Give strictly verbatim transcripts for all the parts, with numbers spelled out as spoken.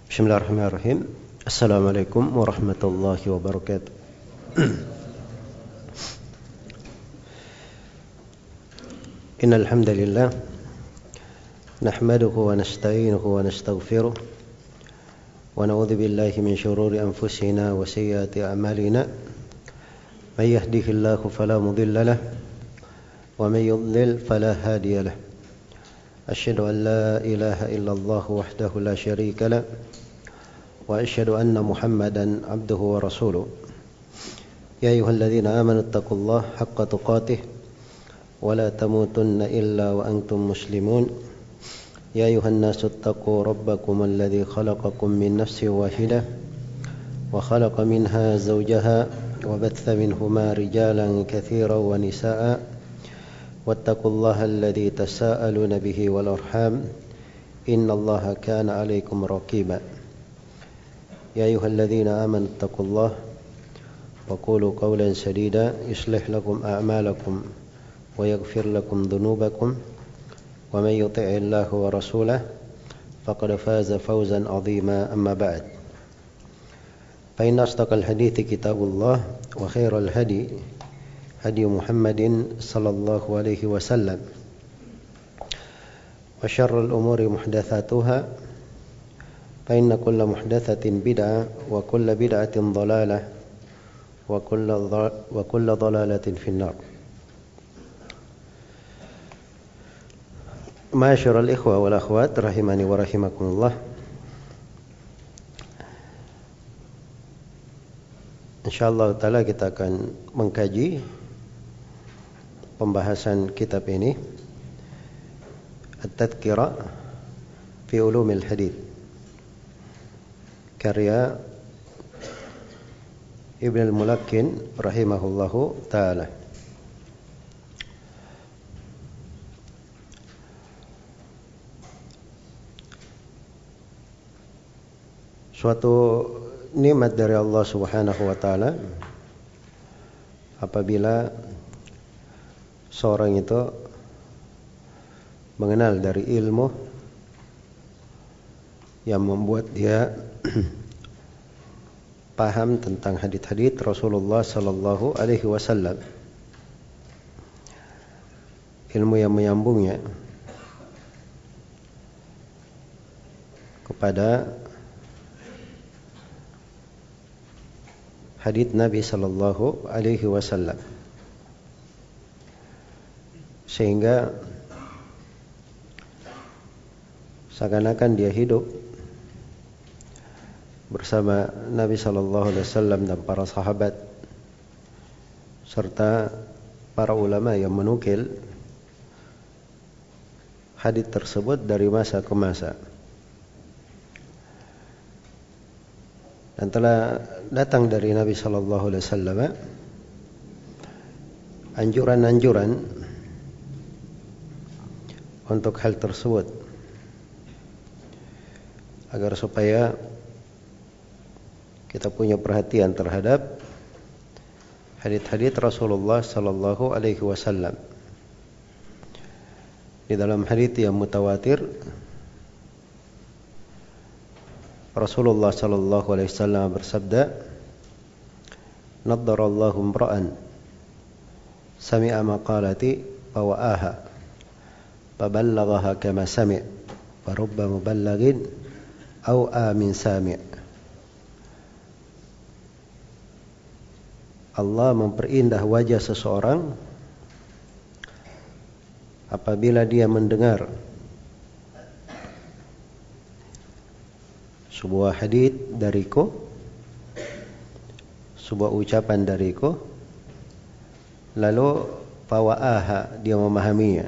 Bismillahirrahmanirrahim. Assalamualaikum warahmatullahi wabarakatuh. Innal hamdalillah nahmaduhu wa nasta'inuhu wa nastaghfiruh wa na'udzu billahi min shururi anfusina wa sayyiati a'malina. May yahdihillahu fala mudilla lahu wa may yudlil fala hadiya lahu. Asyhadu an la ilaha illallah wahdahu la syarika lahu wa asyhadu anna Muhammadan abduhu wa rasuluh. Ya ayyuhalladzina amanu taqullaha haqqa tuqatih wa la tamutunna illa wa antum muslimun. Ya ayyuhan nasu taqu rabbakum alladzi khalaqakum min nafsin wahidah wa khalaqa minha zawjaha wa batha minhuma rijalan katsiran wa nisaa'a wattaqullaha alladzi tasaaluna bihi wal arham innallaha kana 'alaikum raqiba. Ya ayyuhalladzina amanu taqullaha wa qulu qawlan sadida yuslih lakum a'malakum wa yaghfir lakum dhunubakum wa may yuti'illaha wa rasulahu faqad faza fawzan 'azima. Amma ba'd. Fa inna asdaqal hadithi kitabullah wa khairal hadi hadi Muhammadin sallallahu alaihi wasallam wa syarrul umuri muhdatsatuha fa inna kulla muhdatsatin bid'ah wa kulla bid'atin dhalalah wa kulla wa kulla dhalalatin finnar. Ma'asyiral ikhwa wal akhwat rahimani wa rahimakumullah. Insyaallah taala kita akan mengkaji pembahasan kitab ini, At-Tadhkirah fi Ulumil Hadits, karya Ibn al-Mulakkin rahimahullahu ta'ala. Suatu nikmat dari Allah Subhanahu wa ta'ala apabila seorang itu mengenal dari ilmu yang membuat dia paham tentang hadits-hadits Rasulullah sallallahu alaihi wasallam, ilmu yang menyambungnya kepada hadits Nabi sallallahu alaihi wasallam, sehingga seakan-akan dia hidup bersama Nabi sallallahu alaihi wasallam dan para sahabat serta para ulama yang menukil hadits tersebut dari masa ke masa. Dan telah datang dari Nabi sallallahu alaihi wasallam anjuran-anjuran untuk hal tersebut, agar supaya kita punya perhatian terhadap hadits-hadits Rasulullah sallallahu alaihi wasallam. Di dalam hadits yang mutawatir, Rasulullah sallallahu alaihi wasallam bersabda, "Naddarallahu imra'an sami'a maqalati fa wa'aha fa ballaghaha kama sami' fa rubba muballighin aw amin sami'." Allah memperindah wajah seseorang apabila dia mendengar sebuah hadits dariku, sebuah ucapan dariku, lalu fawa'aha, dia memahaminya,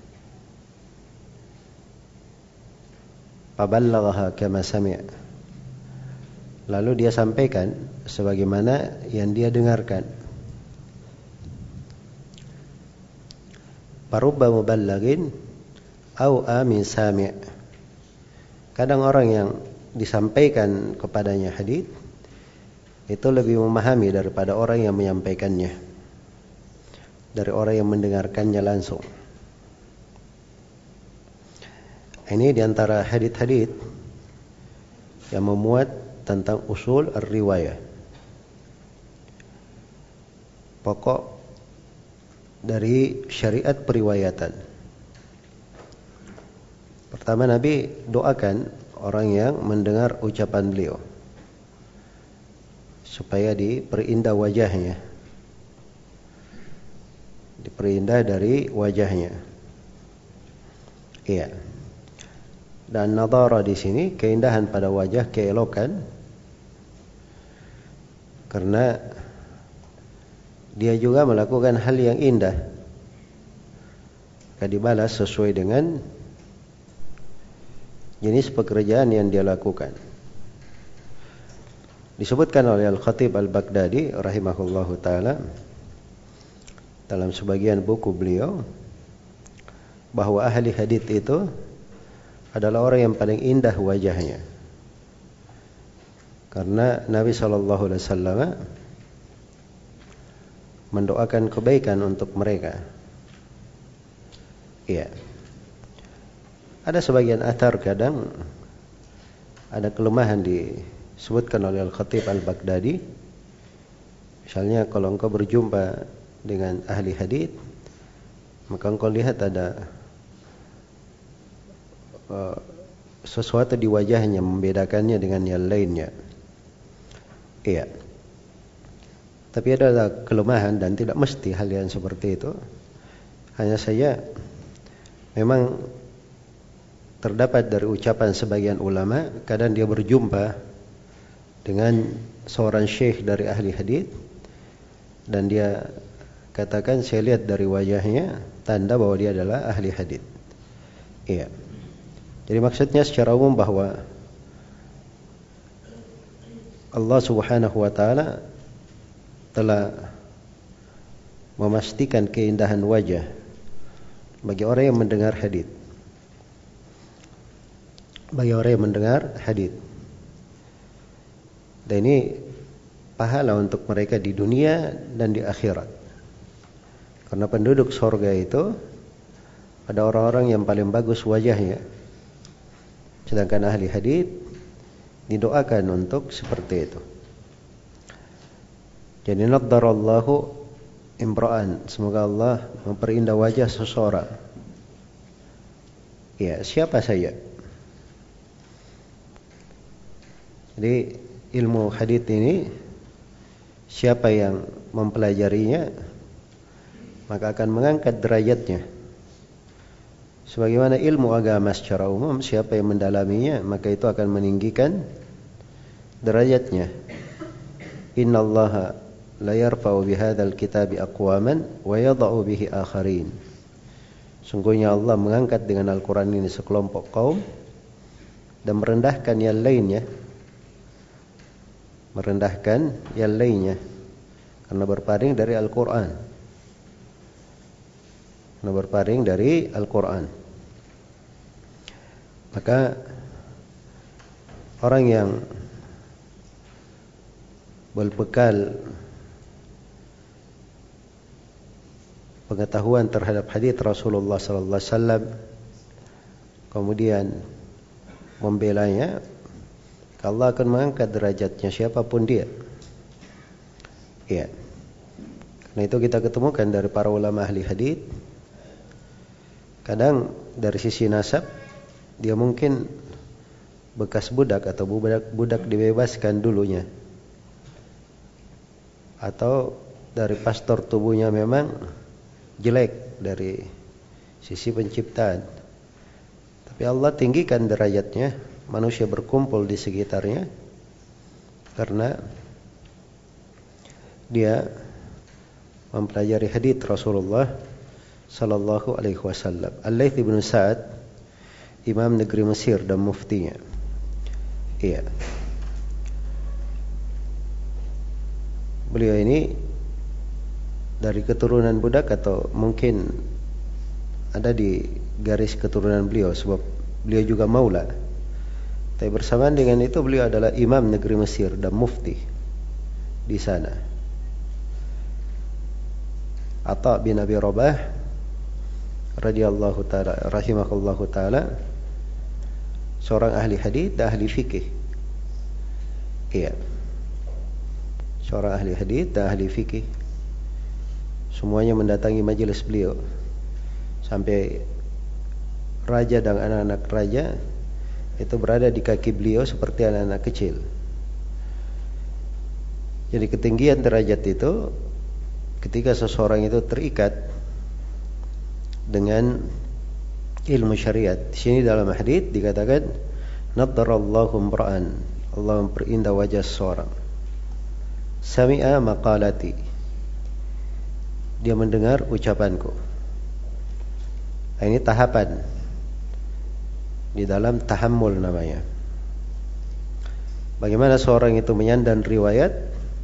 faballaghaha kama sami', lalu dia sampaikan sebagaimana yang dia dengarkan. Farubba muballighin au amin sami', kadang orang yang disampaikan kepadanya hadits itu lebih memahami daripada orang yang menyampaikannya, dari orang yang mendengarkannya langsung. Ini diantara hadits-hadits yang memuat tentang usul ar-riwayah, pokok dari syariat periwayatan. Pertama, Nabi doakan orang yang mendengar ucapan beliau supaya diperindah wajahnya, diperindah dari wajahnya. Iya. Dan nadhara di sini keindahan pada wajah, keelokan, karena dia juga melakukan hal yang indah, maka dibalas sesuai dengan jenis pekerjaan yang dia lakukan. Disebutkan oleh Al-Khatib Al-Baghdadi rahimahullahu ta'ala dalam sebagian buku beliau bahwa ahli hadits itu adalah orang yang paling indah wajahnya, karena Nabi shallallahu alaihi wasallam mendoakan kebaikan untuk mereka. Iya. Ada sebagian athar kadang ada kelemahan disebutkan oleh Al-Khatib Al-Baghdadi. Misalnya kalau engkau berjumpa dengan ahli hadits, maka engkau lihat ada uh, sesuatu di wajahnya membedakannya dengan yang lainnya. Iya. Tapi ada kelemahan dan tidak mesti hal yang seperti itu. Hanya saja memang terdapat dari ucapan sebagian ulama, kadang dia berjumpa dengan seorang syekh dari ahli hadits dan dia katakan, saya lihat dari wajahnya tanda bahwa dia adalah ahli hadits. Iya. Jadi maksudnya secara umum bahwa Allah Subhanahu wa taala telah memastikan keindahan wajah bagi orang yang mendengar hadits. Bagi orang yang mendengar hadits. Dan ini pahala untuk mereka di dunia dan di akhirat. Karena penduduk surga itu ada orang-orang yang paling bagus wajahnya. Sedangkan ahli hadits didoakan untuk seperti itu. Jadi naddarallahu imra'an, semoga Allah memperindah wajah seseorang. Ya, siapa saja. Jadi ilmu hadits ini siapa yang mempelajarinya maka akan mengangkat derajatnya. Sebagaimana ilmu agama secara umum, siapa yang mendalaminya maka itu akan meninggikan derajatnya. Innallaha la yarfa'u bihadzal kitabi aqwaman wa yadha'u bihi akharin. Sungguhnya Allah mengangkat dengan Al-Quran ini sekelompok kaum dan merendahkan yang lainnya. Merendahkan yang lainnya karena berpaling dari Al-Quran. Karena berpaling dari Al-Quran. Maka orang yang berbekal pengetahuan terhadap hadits Rasulullah sallallahu alaihi wasallam kemudian membelanya, Allah akan mengangkat derajatnya siapapun dia. Iya. Karena itu kita ketemukan dari para ulama ahli hadits, kadang dari sisi nasab dia mungkin bekas budak atau budak budak dibebaskan dulunya, atau dari pastor tubuhnya memang jelek dari sisi penciptaan, tapi Allah tinggikan derajatnya, manusia berkumpul di sekitarnya karena dia mempelajari hadits Rasulullah sallallahu alaihi wasallam. Al-Laits bin Sa'ad, imam negeri Mesir dan muftinya. Iya. Beliau ini dari keturunan budak atau mungkin ada di garis keturunan beliau sebab beliau juga maula. Tapi bersamaan dengan itu beliau adalah imam negeri Mesir dan mufti di sana. Atha bin Abi Rabah radhiyallahu taala rahimahullahu taala seorang ahli hadits dan ahli fikih. Iya. Seorang ahli hadis dan ahli fikih semuanya mendatangi majelis beliau. Sampai raja dan anak-anak raja itu berada di kaki beliau seperti anak-anak kecil. Jadi ketinggian derajat itu ketika seseorang itu terikat dengan ilmu syariat. Di sini dalam hadis dikatakan naddarallahu imra'an, Allah memperindah wajah seseorang. Sami'a maqalati, dia mendengar ucapanku. Nah, ini tahapan di dalam tahammul namanya. Bagaimana seorang itu menyandang riwayat,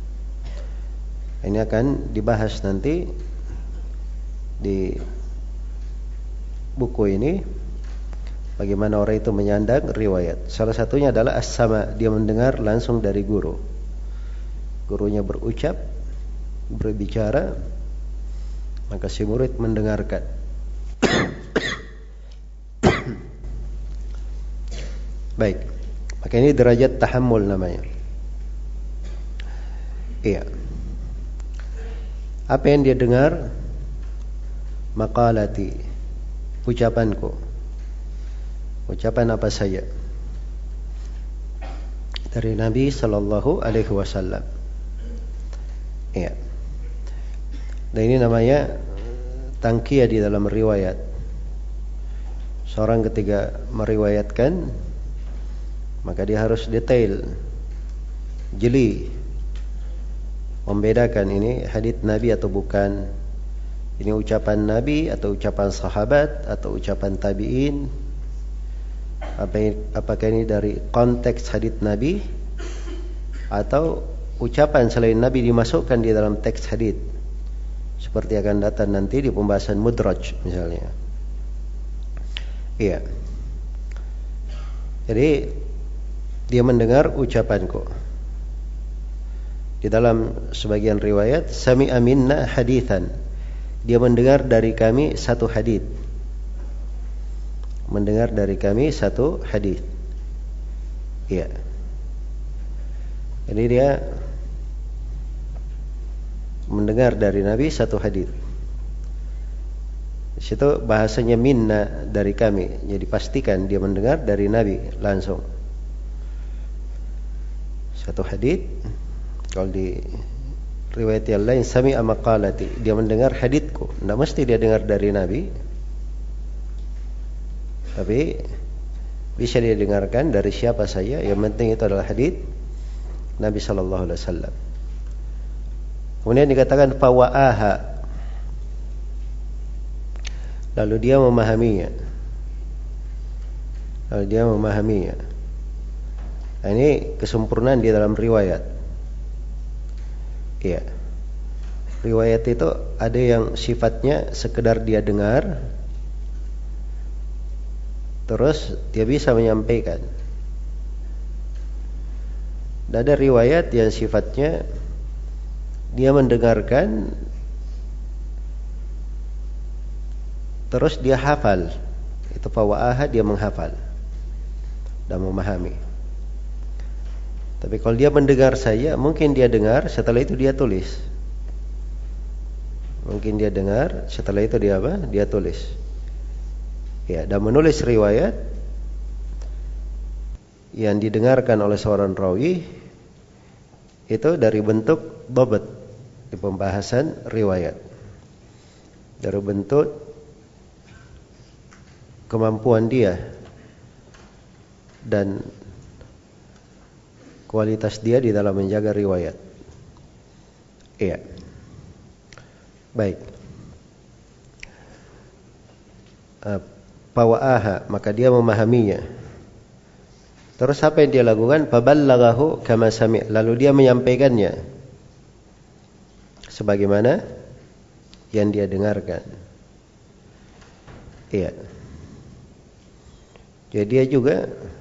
ini akan dibahas nanti di buku ini. Bagaimana orang itu menyandang riwayat. Salah satunya adalah as-sama, dia mendengar langsung dari guru. Gurunya berucap, berbicara, maka si murid mendengarkan. Baik, maka ini derajat tahammul namanya. Iya. Apa yang dia dengar? Maqalati, ucapanku. Ucapan apa saja dari Nabi sallallahu alaihi wasallam. Iya. Dan ini namanya tangkiyah di dalam riwayat. Seorang ketika meriwayatkan, maka dia harus detail, jeli, membedakan ini hadits Nabi atau bukan, ini ucapan Nabi atau ucapan sahabat atau ucapan tabi'in, apakah ini dari konteks hadits Nabi atau ucapan selain Nabi dimasukkan di dalam teks hadits, seperti akan datang nanti di pembahasan mudraj misalnya. Iya. Jadi dia mendengar ucapanku. Di dalam sebagian riwayat sami'a minna hadithan, dia mendengar dari kami satu hadits. Mendengar dari kami satu hadits. Iya. Jadi dia mendengar dari Nabi satu hadits. Di situ bahasanya minna, dari kami. Jadi pastikan dia mendengar dari Nabi langsung. Satu hadits. Kalau di riwayat yang lain sami'a maqalati, dia mendengar haditsku. Tidak mesti dia dengar dari Nabi, tapi bisa dia dengarkan dari siapa saja. Yang penting itu adalah hadits Nabi sallallahu alaihi wasallam. Kemudian dikatakan fawa'aha, lalu dia memahaminya. Lalu dia memahaminya. Nah, ini kesempurnaan di dalam riwayat. Iya. Riwayat itu ada yang sifatnya sekedar dia dengar, terus dia bisa menyampaikan. Dan ada riwayat yang sifatnya dia mendengarkan, terus dia hafal. Itu fawa'aha, dia menghafal dan memahami. Tapi kalau dia mendengar saja, mungkin dia dengar, setelah itu dia tulis. Mungkin dia dengar, setelah itu dia apa? Dia tulis. Ya, dan menulis riwayat yang didengarkan oleh seorang rawi itu dari bentuk dhabt di pembahasan riwayat. Dari bentuk kemampuan dia dan kualitas dia di dalam menjaga riwayat. Iya. Baik. Fawa'aha, maka dia memahaminya. Terus apa yang dia lakukan? Faballaghahu kama sami', lalu dia menyampaikannya sebagaimana yang dia dengarkan. Iya. Jadi dia juga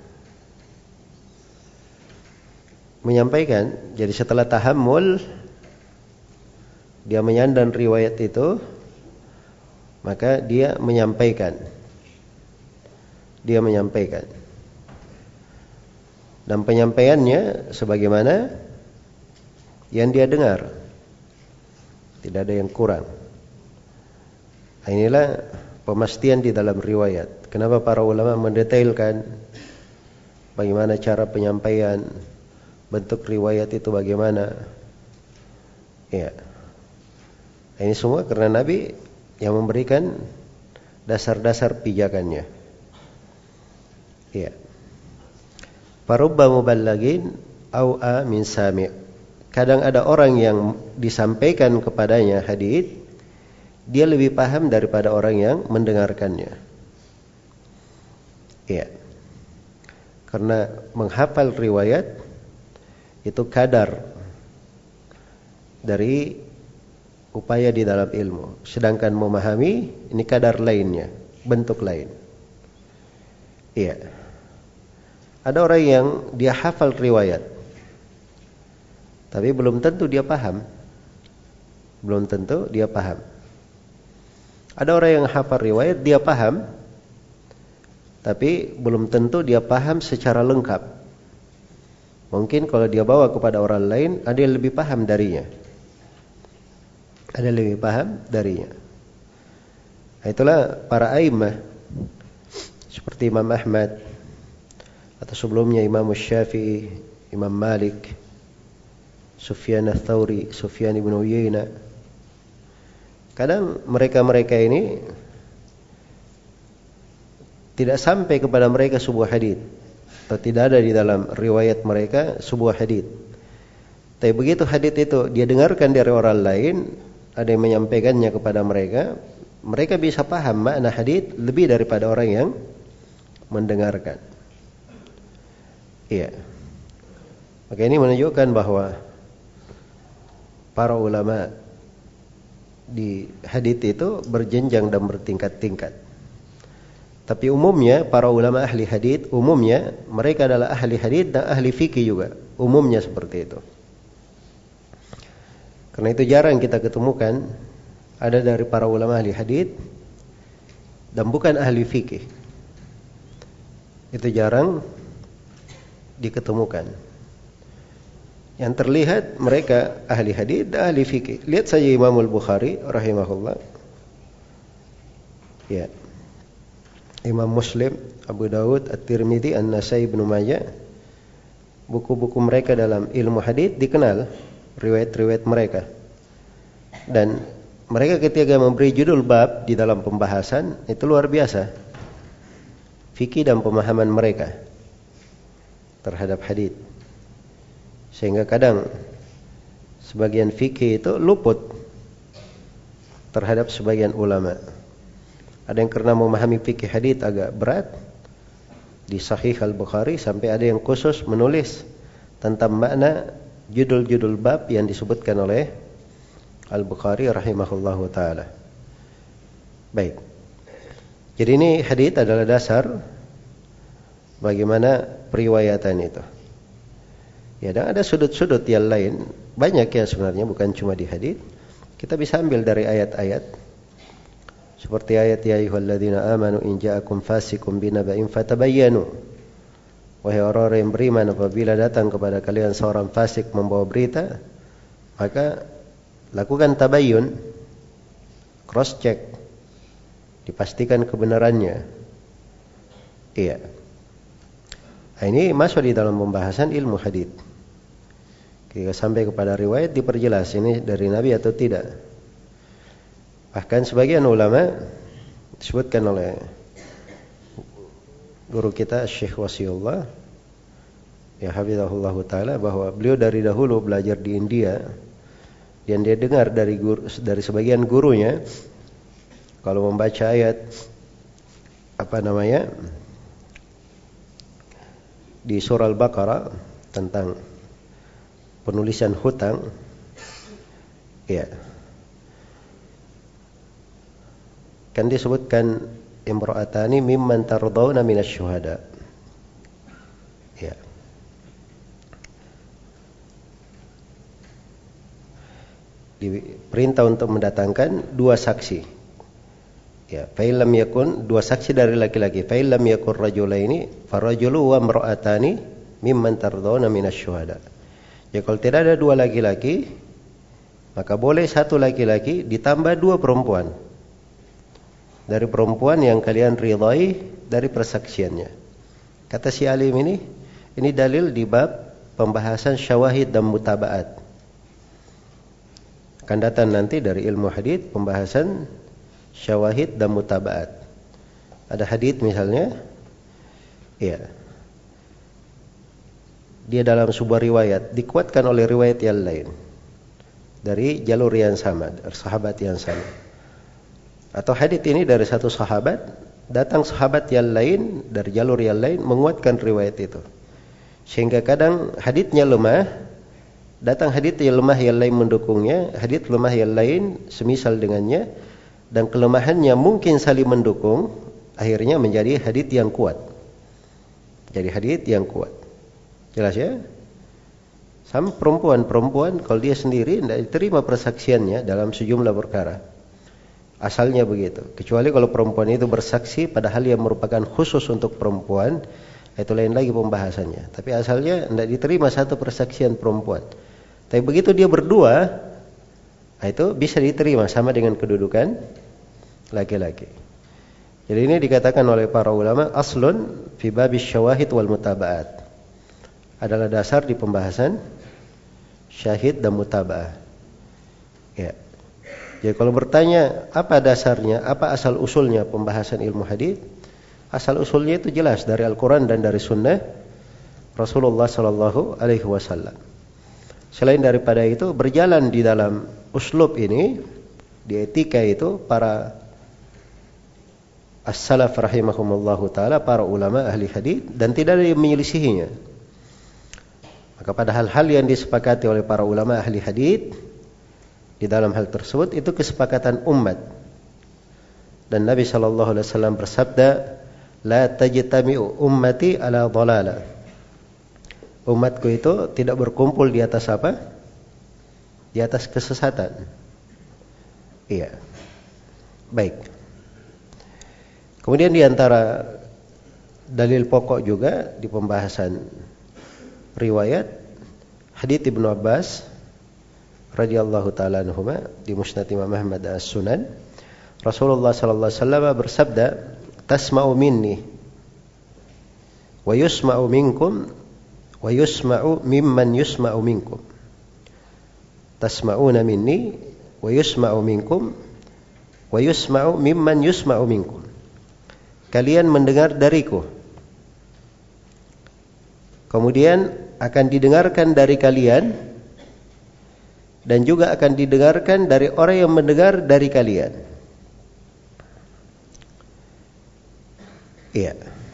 menyampaikan. Jadi setelah tahammul, dia menyandang riwayat itu, maka dia menyampaikan. Dia menyampaikan. dan penyampaiannya sebagaimana yang dia dengar. Tidak ada yang kurang. Inilah pemastian di dalam riwayat. Kenapa para ulama mendetailkan bagaimana cara penyampaian, bentuk riwayat itu bagaimana? Ya. Ini semua karena Nabi yang memberikan dasar-dasar pijakannya. Ya. Farubba muballagin au'a min sami'. Kadang ada orang yang disampaikan kepadanya hadits, dia lebih paham daripada orang yang mendengarkannya. Ya. Karena menghafal riwayat itu kadar dari upaya di dalam ilmu. Sedangkan memahami ini kadar lainnya, bentuk lain. Iya. Ada orang yang dia hafal riwayat, tapi belum tentu dia paham. Belum tentu dia paham. Ada orang yang hafal riwayat, dia paham, tapi belum tentu dia paham secara lengkap. Mungkin kalau dia bawa kepada orang lain, ada yang lebih paham darinya. Ada yang lebih paham darinya. Itulah para a'immah seperti Imam Ahmad, atau sebelumnya Imam Syafi'i, Imam Malik, Sufyan ats-Tsauri, Sufyan ibn Uyainah. Kadang mereka-mereka ini tidak sampai kepada mereka sebuah hadits, atau tidak ada di dalam riwayat mereka sebuah hadits. Tapi begitu hadits itu dia dengarkan dari orang lain, ada yang menyampaikannya kepada mereka, mereka bisa paham makna hadits lebih daripada orang yang mendengarkan. Iya. Maka ini menunjukkan bahwa para ulama di hadits itu berjenjang dan bertingkat-tingkat. Tapi umumnya para ulama ahli hadits, umumnya mereka adalah ahli hadits dan ahli fikih juga. Umumnya seperti itu. Karena itu jarang kita ketemukan ada dari para ulama ahli hadits dan bukan ahli fikih. Itu jarang diketemukan. Yang terlihat mereka ahli hadits dan ahli fikih. Lihat saja Imam Al-Bukhari rahimahullah. Ya. Imam Muslim, Abu Dawud, At-Tirmidzi, An-Nasai, Ibnu Majah. Buku-buku mereka dalam ilmu hadits dikenal, riwayat-riwayat mereka. Dan mereka ketika memberi judul bab di dalam pembahasan itu luar biasa. Fikih dan pemahaman mereka terhadap hadits. Sehingga kadang sebagian fikih itu luput terhadap sebagian ulama. Ada yang karena memahami fikih hadits agak berat di Sahih Al-Bukhari, sampai ada yang khusus menulis tentang makna judul-judul bab yang disebutkan oleh Al-Bukhari rahimahullahu taala. Baik. Jadi ini hadits adalah dasar bagaimana periwayatan itu. Ya, dan ada sudut-sudut yang lain, banyak ya sebenarnya, bukan cuma di hadits. Kita bisa ambil dari ayat-ayat. Seperti ayat ya ayyuhalladzina amanu in ja'akum fasiqun binaba'in fatabayyanu. Wahai orang-orang yang beriman, apabila datang kepada kalian seorang fasik membawa berita, maka lakukan tabayyun, cross check, dipastikan kebenarannya. Iya. Nah, ini masuk di dalam pembahasan ilmu hadits. Ketika sampai kepada riwayat diperjelas ini dari Nabi atau tidak. Bahkan sebagian ulama disebutkan oleh guru kita Syekh Wasiullah, ya hafizahullah taala, bahwa beliau dari dahulu belajar di India, dan dia dengar dari guru, dari sebagian gurunya, kalau membaca ayat apa namanya di surah Al-Baqarah tentang penulisan hutang, ya, kan disebutkan imra'atani mimman tardawna minasy syuhada. Ya. Diperintah untuk mendatangkan dua saksi. Ya, fa illam yakun, dua saksi dari laki-laki. Fa illam yakun rajulaini farajulu wa imra'atani mimman tardawna minasyuhada. Ya kalau tidak ada dua laki-laki, maka boleh satu laki-laki ditambah dua perempuan. Dari perempuan yang kalian ridhai dari persaksiannya. Kata si alim ini, ini dalil di bab pembahasan syawahid dan mutaba'at. Akan datang nanti dari ilmu hadits pembahasan syawahid dan mutaba'at. Ada hadits misalnya, ya, dia dalam sebuah riwayat dikuatkan oleh riwayat yang lain dari jalur yang sama, dari sahabat yang sama. Atau hadits ini dari satu sahabat, datang sahabat yang lain dari jalur yang lain menguatkan riwayat itu. Sehingga kadang haditsnya lemah, datang hadits yang lemah yang lain mendukungnya, hadits lemah yang lain semisal dengannya, dan kelemahannya mungkin saling mendukung, akhirnya menjadi hadits yang kuat. Jadi hadits yang kuat. Jelas ya? Sama perempuan-perempuan kalau dia sendiri tidak diterima persaksiannya dalam sejumlah perkara. Asalnya begitu. Kecuali kalau perempuan itu bersaksi padahal yang merupakan khusus untuk perempuan, itu lain lagi pembahasannya. Tapi asalnya tidak diterima satu persaksian perempuan. Tapi begitu dia berdua, itu bisa diterima sama dengan kedudukan laki-laki. Jadi ini dikatakan oleh para ulama aslun fi babis syawahid wal mutaba'at. Adalah dasar di pembahasan syahid dan mutaba'ah. Ya. Jadi kalau bertanya apa dasarnya, apa asal usulnya pembahasan ilmu hadis? Asal usulnya itu jelas dari Al-Quran dan dari Sunnah Rasulullah Sallallahu Alaihi Wasallam. Selain daripada itu, berjalan di dalam uslub ini, di etika itu para as-salaf rahimahumullahu taala, para ulama ahli hadis, dan tidak ada yang menyelisihinya. Maka pada hal-hal yang disepakati oleh para ulama ahli hadis di dalam hal tersebut itu kesepakatan umat. Dan Nabi sallallahu alaihi wasallam bersabda, "La tajtami'u ummati ala dhalalah." Umatku itu tidak berkumpul di atas apa? Di atas kesesatan. Iya. Baik. Kemudian di antara dalil pokok juga di pembahasan riwayat hadits Ibnu Abbas radhiyallahu taala anhuma di Musnad Imam Ahmad As-Sunan, Rasulullah sallallahu alaihi wasallam bersabda, "Tasma'u minni wa yusma'u minkum wa yusma'u mimman yusma'u minkum." Tasma'una minni wa yusma'u minkum wa yusma'u mimman yusma'u minkum. Kalian mendengar dariku, kemudian akan didengarkan dari kalian, dan juga akan didengarkan dari orang yang mendengar dari kalian. Iya.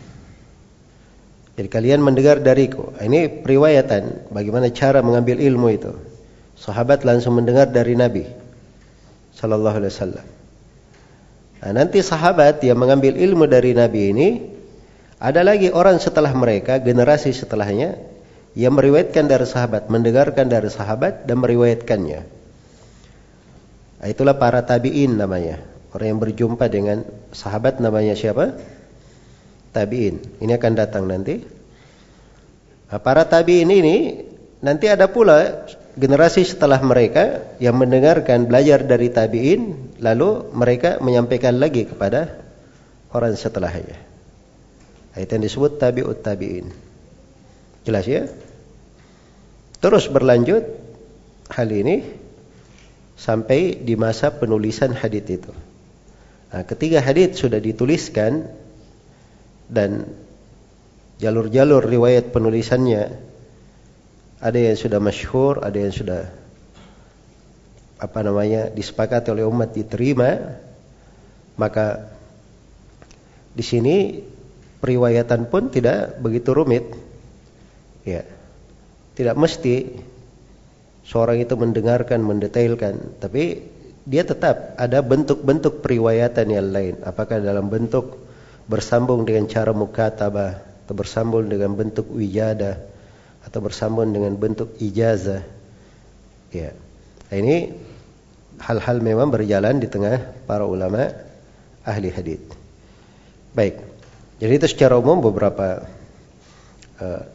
Jadi kalian mendengar dariku. Ini periwayatan bagaimana cara mengambil ilmu itu. Sahabat langsung mendengar dari Nabi sallallahu alaihi wasallam. Nah, nanti sahabat yang mengambil ilmu dari Nabi ini, ada lagi orang setelah mereka, generasi setelahnya, yang meriwayatkan dari sahabat, mendengarkan dari sahabat dan meriwayatkannya. Nah, itulah para tabi'in namanya. Orang yang berjumpa dengan sahabat namanya siapa? Tabi'in. Ini akan datang nanti. Nah, para tabi'in ini nanti ada pula generasi setelah mereka yang mendengarkan, belajar dari tabi'in, lalu mereka menyampaikan lagi kepada orang setelahnya. Nah, itu yang disebut tabi'ut tabi'in. Jelas ya? Terus berlanjut hal ini sampai di masa penulisan hadits itu. Nah, ketika hadits sudah dituliskan dan jalur-jalur riwayat penulisannya ada yang sudah masyhur, ada yang sudah apa namanya disepakati oleh umat diterima, maka di sini periwayatan pun tidak begitu rumit. Ya, tidak mesti seorang itu mendengarkan, mendetailkan, tapi dia tetap ada bentuk-bentuk periwayatan yang lain. Apakah dalam bentuk bersambung dengan cara mukatabah, atau bersambung dengan bentuk wijadah, atau bersambung dengan bentuk ijazah. Ya, nah, ini hal-hal memang berjalan di tengah para ulama ahli hadits. Baik, jadi itu secara umum beberapa uh,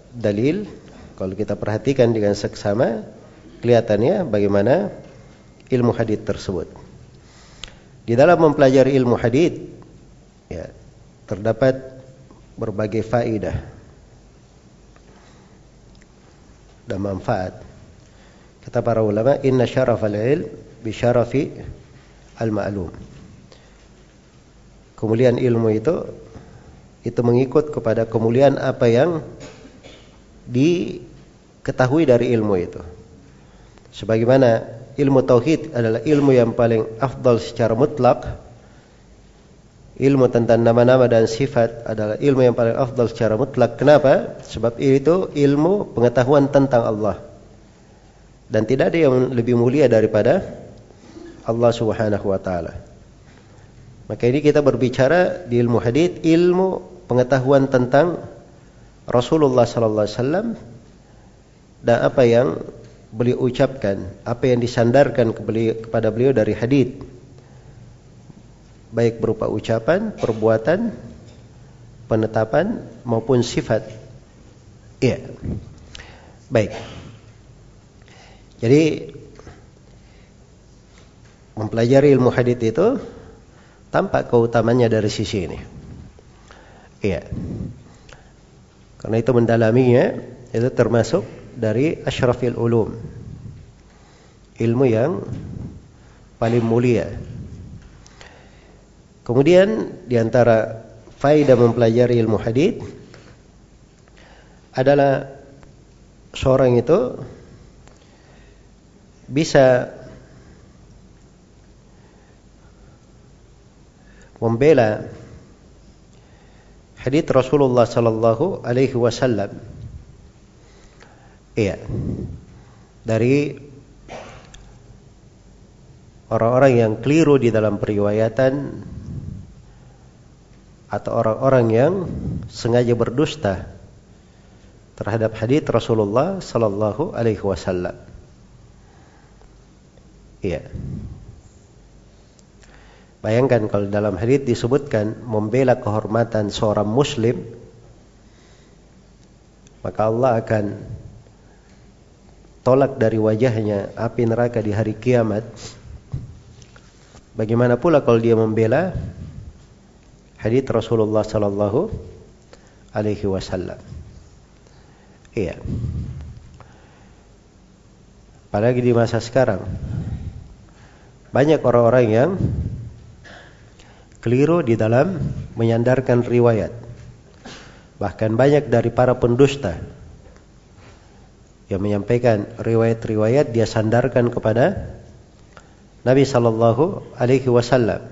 dalil, kalau kita perhatikan dengan seksama, kelihatannya bagaimana ilmu hadits tersebut. Di dalam mempelajari ilmu hadits, ya, terdapat berbagai faedah dan manfaat. Kata para ulama, inna syarafal ilm bi syarafi al-ma'lum. Kemuliaan ilmu itu itu mengikut kepada kemuliaan apa yang diketahui dari ilmu itu. Sebagaimana ilmu tauhid adalah ilmu yang paling afdal secara mutlak, ilmu tentang nama-nama dan sifat adalah ilmu yang paling afdal secara mutlak. Kenapa? Sebab itu ilmu pengetahuan tentang Allah. Dan tidak ada yang lebih mulia daripada Allah Subhanahu wa taala. Maka ini kita berbicara di ilmu hadits, ilmu pengetahuan tentang Rasulullah sallallahu alaihi wasallam dan apa yang beliau ucapkan, apa yang disandarkan kepada beliau dari hadits, baik berupa ucapan, perbuatan, penetapan maupun sifat. Iya. Baik. Jadi mempelajari ilmu hadits itu tampak keutamanya dari sisi ini. Iya. Karena itu mendalaminya itu termasuk dari asyrafil ulum, ilmu yang paling mulia. Kemudian di antara faedah mempelajari ilmu hadits adalah seorang itu bisa membela hadits Rasulullah sallallahu alaihi wasallam. Iya. Dari orang-orang yang keliru di dalam periwayatan atau orang-orang yang sengaja berdusta terhadap hadits Rasulullah sallallahu alaihi wasallam. Iya. Bayangkan kalau dalam hadits disebutkan membela kehormatan seorang muslim, maka Allah akan tolak dari wajahnya api neraka di hari kiamat. Bagaimana pula kalau dia membela hadits Rasulullah sallallahu alaihi wasallam? Iya. Apalagi di masa sekarang, banyak orang-orang yang keliru di dalam menyandarkan riwayat. Bahkan banyak dari para pendusta yang menyampaikan riwayat-riwayat dia sandarkan kepada Nabi sallallahu alaihi wasallam.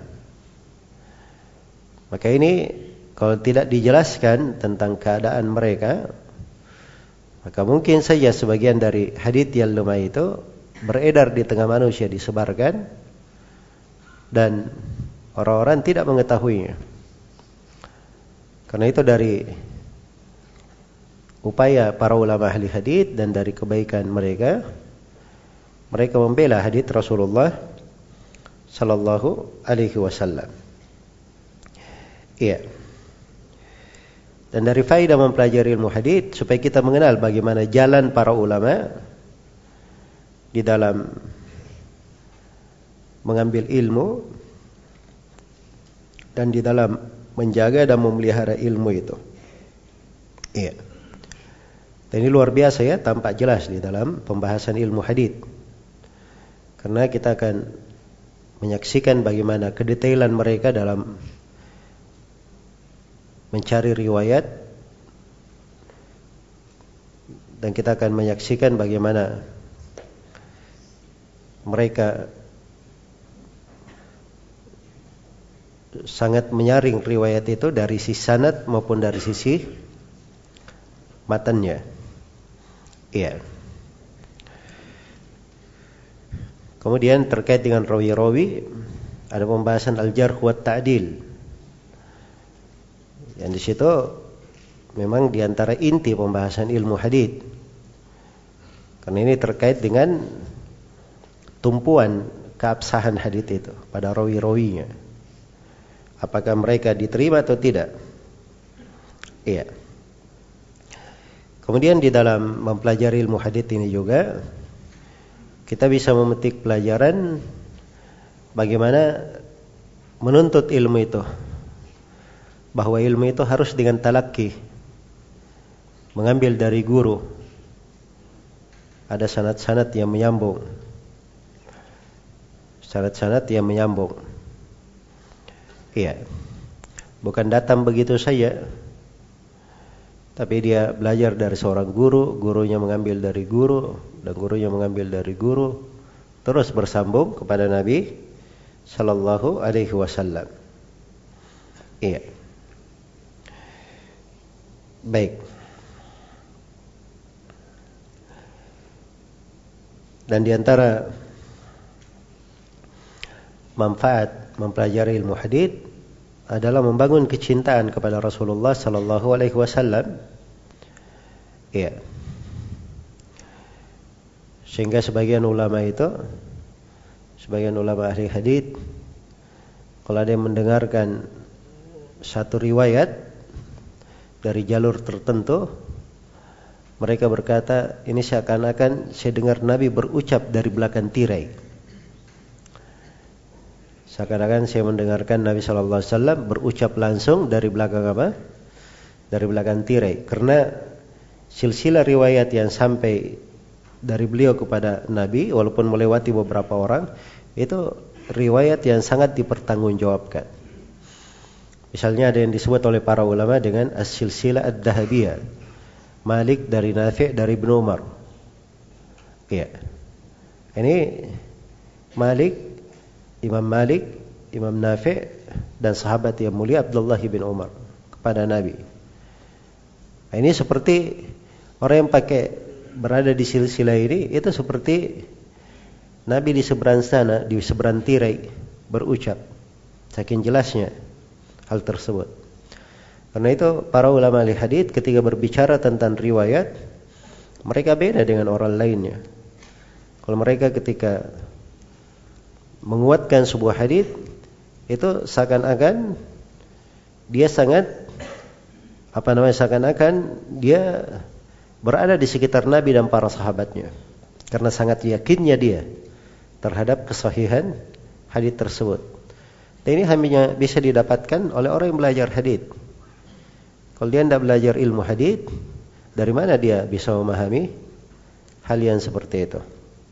Maka ini kalau tidak dijelaskan tentang keadaan mereka, maka mungkin saja sebagian dari hadits yang lemah itu beredar di tengah manusia, disebarkan, dan orang-orang tidak mengetahuinya. Karena itu dari upaya para ulama ahli hadits dan dari kebaikan mereka, mereka membela hadits Rasulullah sallallahu alaihi wasallam. Iya. Dan dari faedah mempelajari ilmu hadits supaya kita mengenal bagaimana jalan para ulama di dalam mengambil ilmu dan di dalam menjaga dan memelihara ilmu itu. Iya. Dan ini luar biasa ya, tampak jelas di dalam pembahasan ilmu hadits. Karena kita akan menyaksikan bagaimana kedetailan mereka dalam mencari riwayat, dan kita akan menyaksikan bagaimana mereka sangat menyaring riwayat itu dari sisi sanad maupun dari sisi matannya. Iya. Kemudian terkait dengan rawi-rawi ada pembahasan al-jarh wa ta'dil. Yang di situ memang di antara inti pembahasan ilmu hadits. Karena ini terkait dengan tumpuan keabsahan hadits itu pada rawi-rawinya. Apakah mereka diterima atau tidak? Iya. Kemudian di dalam mempelajari ilmu hadits ini juga kita bisa memetik pelajaran bagaimana menuntut ilmu itu. Bahwa ilmu itu harus dengan talaqi, mengambil dari guru. Ada sanad-sanad yang menyambung. Sanad-sanad yang menyambung. Iya. Bukan datang begitu saja. Tapi dia belajar dari seorang guru, gurunya mengambil dari guru, dan gurunya mengambil dari guru, terus bersambung kepada Nabi Sallallahu Alaihi Wasallam. Iya. Baik. Dan diantara manfaat mempelajari ilmu hadits adalah membangun kecintaan kepada Rasulullah Sallallahu Alaihi Wasallam. Iya. Sehingga sebagian ulama itu, sebagian ulama ahli hadits, kalau ada yang mendengarkan satu riwayat dari jalur tertentu, mereka berkata, ini seakan-akan saya dengar Nabi berucap dari belakang tirai. Seakan-akan saya mendengarkan Nabi Sallallahu Alaihi Wasallam berucap langsung dari belakang apa? Dari belakang tirai. Karena silsilah riwayat yang sampai dari beliau kepada Nabi, walaupun melewati beberapa orang, itu riwayat yang sangat dipertanggungjawabkan. Misalnya ada yang disebut oleh para ulama dengan as-silsilah ad-dahabiyah. Malik dari Nafi' dari Ibnu Umar. Iya. Ini Malik, Imam Malik, Imam Nafi' dan sahabat yang mulia Abdullah bin Umar kepada Nabi. Nah, ini seperti orang yang pakai berada di silsilah ini, itu seperti Nabi di seberang sana, di seberang tirai berucap. Saking jelasnya hal tersebut. Karena itu para ulama ahli hadits ketika berbicara tentang riwayat, mereka beda dengan orang lainnya. Kalau mereka ketika menguatkan sebuah hadits, itu seakan-akan dia sangat apa namanya seakan-akan dia berada di sekitar Nabi dan para sahabatnya, karena sangat yakinnya dia terhadap kesahihan hadits tersebut. Dan ini hanya bisa didapatkan oleh orang yang belajar hadits. Kalau dia tidak belajar ilmu hadits, dari mana dia bisa memahami hal yang seperti itu?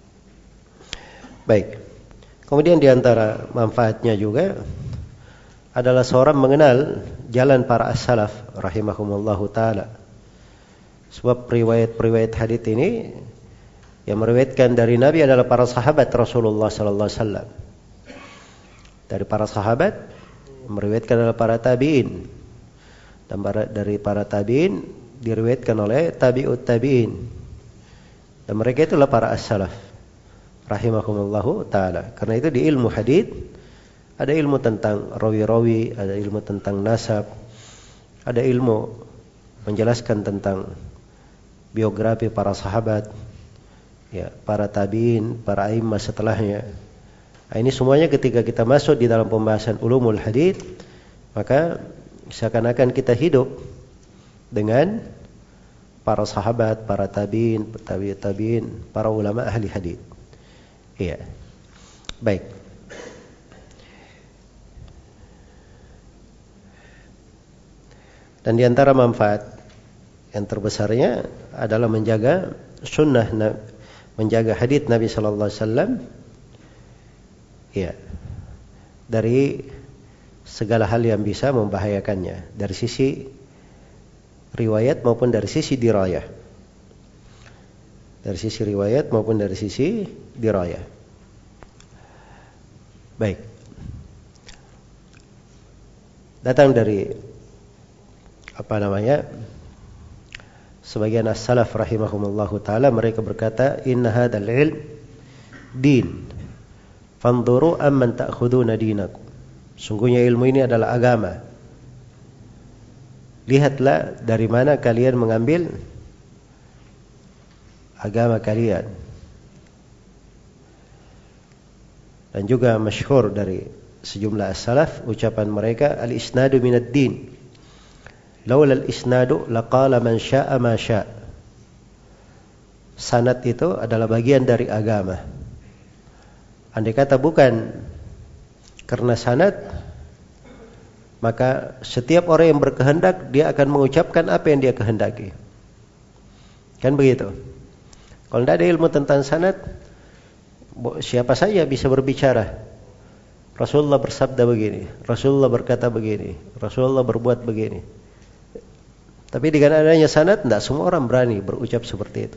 Baik. Kemudian di antara manfaatnya juga adalah seorang mengenal jalan para as-salaf rahimahumullahu taala. Sebab riwayat-riwayat hadits ini yang meriwayatkan dari Nabi adalah para sahabat Rasulullah sallallahu alaihi wasallam. Dari para sahabat meriwayatkan adalah para tabi'in. Dan para, dari para tabi'in diriwayatkan oleh tabi'ut tabi'in. Dan mereka itulah para as-salaf rahimahumullahu taala. Karena itu di ilmu hadits ada ilmu tentang rawi-rawi, ada ilmu tentang nasab, ada ilmu menjelaskan tentang biografi para sahabat, ya, para tabi'in, para a'immah setelahnya. Nah, ini semuanya ketika kita masuk di dalam pembahasan ulumul hadits, maka seakan-akan kita hidup dengan para sahabat, para tabi'in, tabi'ut tabi'in, para ulama ahli hadits. Iya. Baik. Dan di antara manfaat yang terbesarnya adalah menjaga sunnah, menjaga hadits Nabi sallallahu alaihi wasallam, ya, dari segala hal yang bisa membahayakannya, dari sisi riwayat maupun dari sisi dirayah. Dari sisi riwayat maupun dari sisi dirayah. Baik. Datang dari apa namanya? Sebagian as-salaf rahimahumullahu taala, mereka berkata, "Inna hadzal ilm din. Fanzuru amman ta'khuduna dinakum." Sungguhnya ilmu ini adalah agama. Lihatlah dari mana kalian mengambil agama kalian. Dan juga masyhur dari sejumlah as-salaf ucapan mereka, al-isnadu minad din. Laula al-isnadu laqala man syaa ma syaa. sanad itu adalah bagian dari agama. Andai kata bukan karena sanad, maka setiap orang yang berkehendak dia akan mengucapkan apa yang dia kehendaki. Kan begitu. Kalau tidak ada ilmu tentang sanad, siapa saja bisa berbicara. Rasulullah bersabda begini, Rasulullah berkata begini, Rasulullah berbuat begini. Tapi dengan adanya sanad, tidak semua orang berani berucap seperti itu.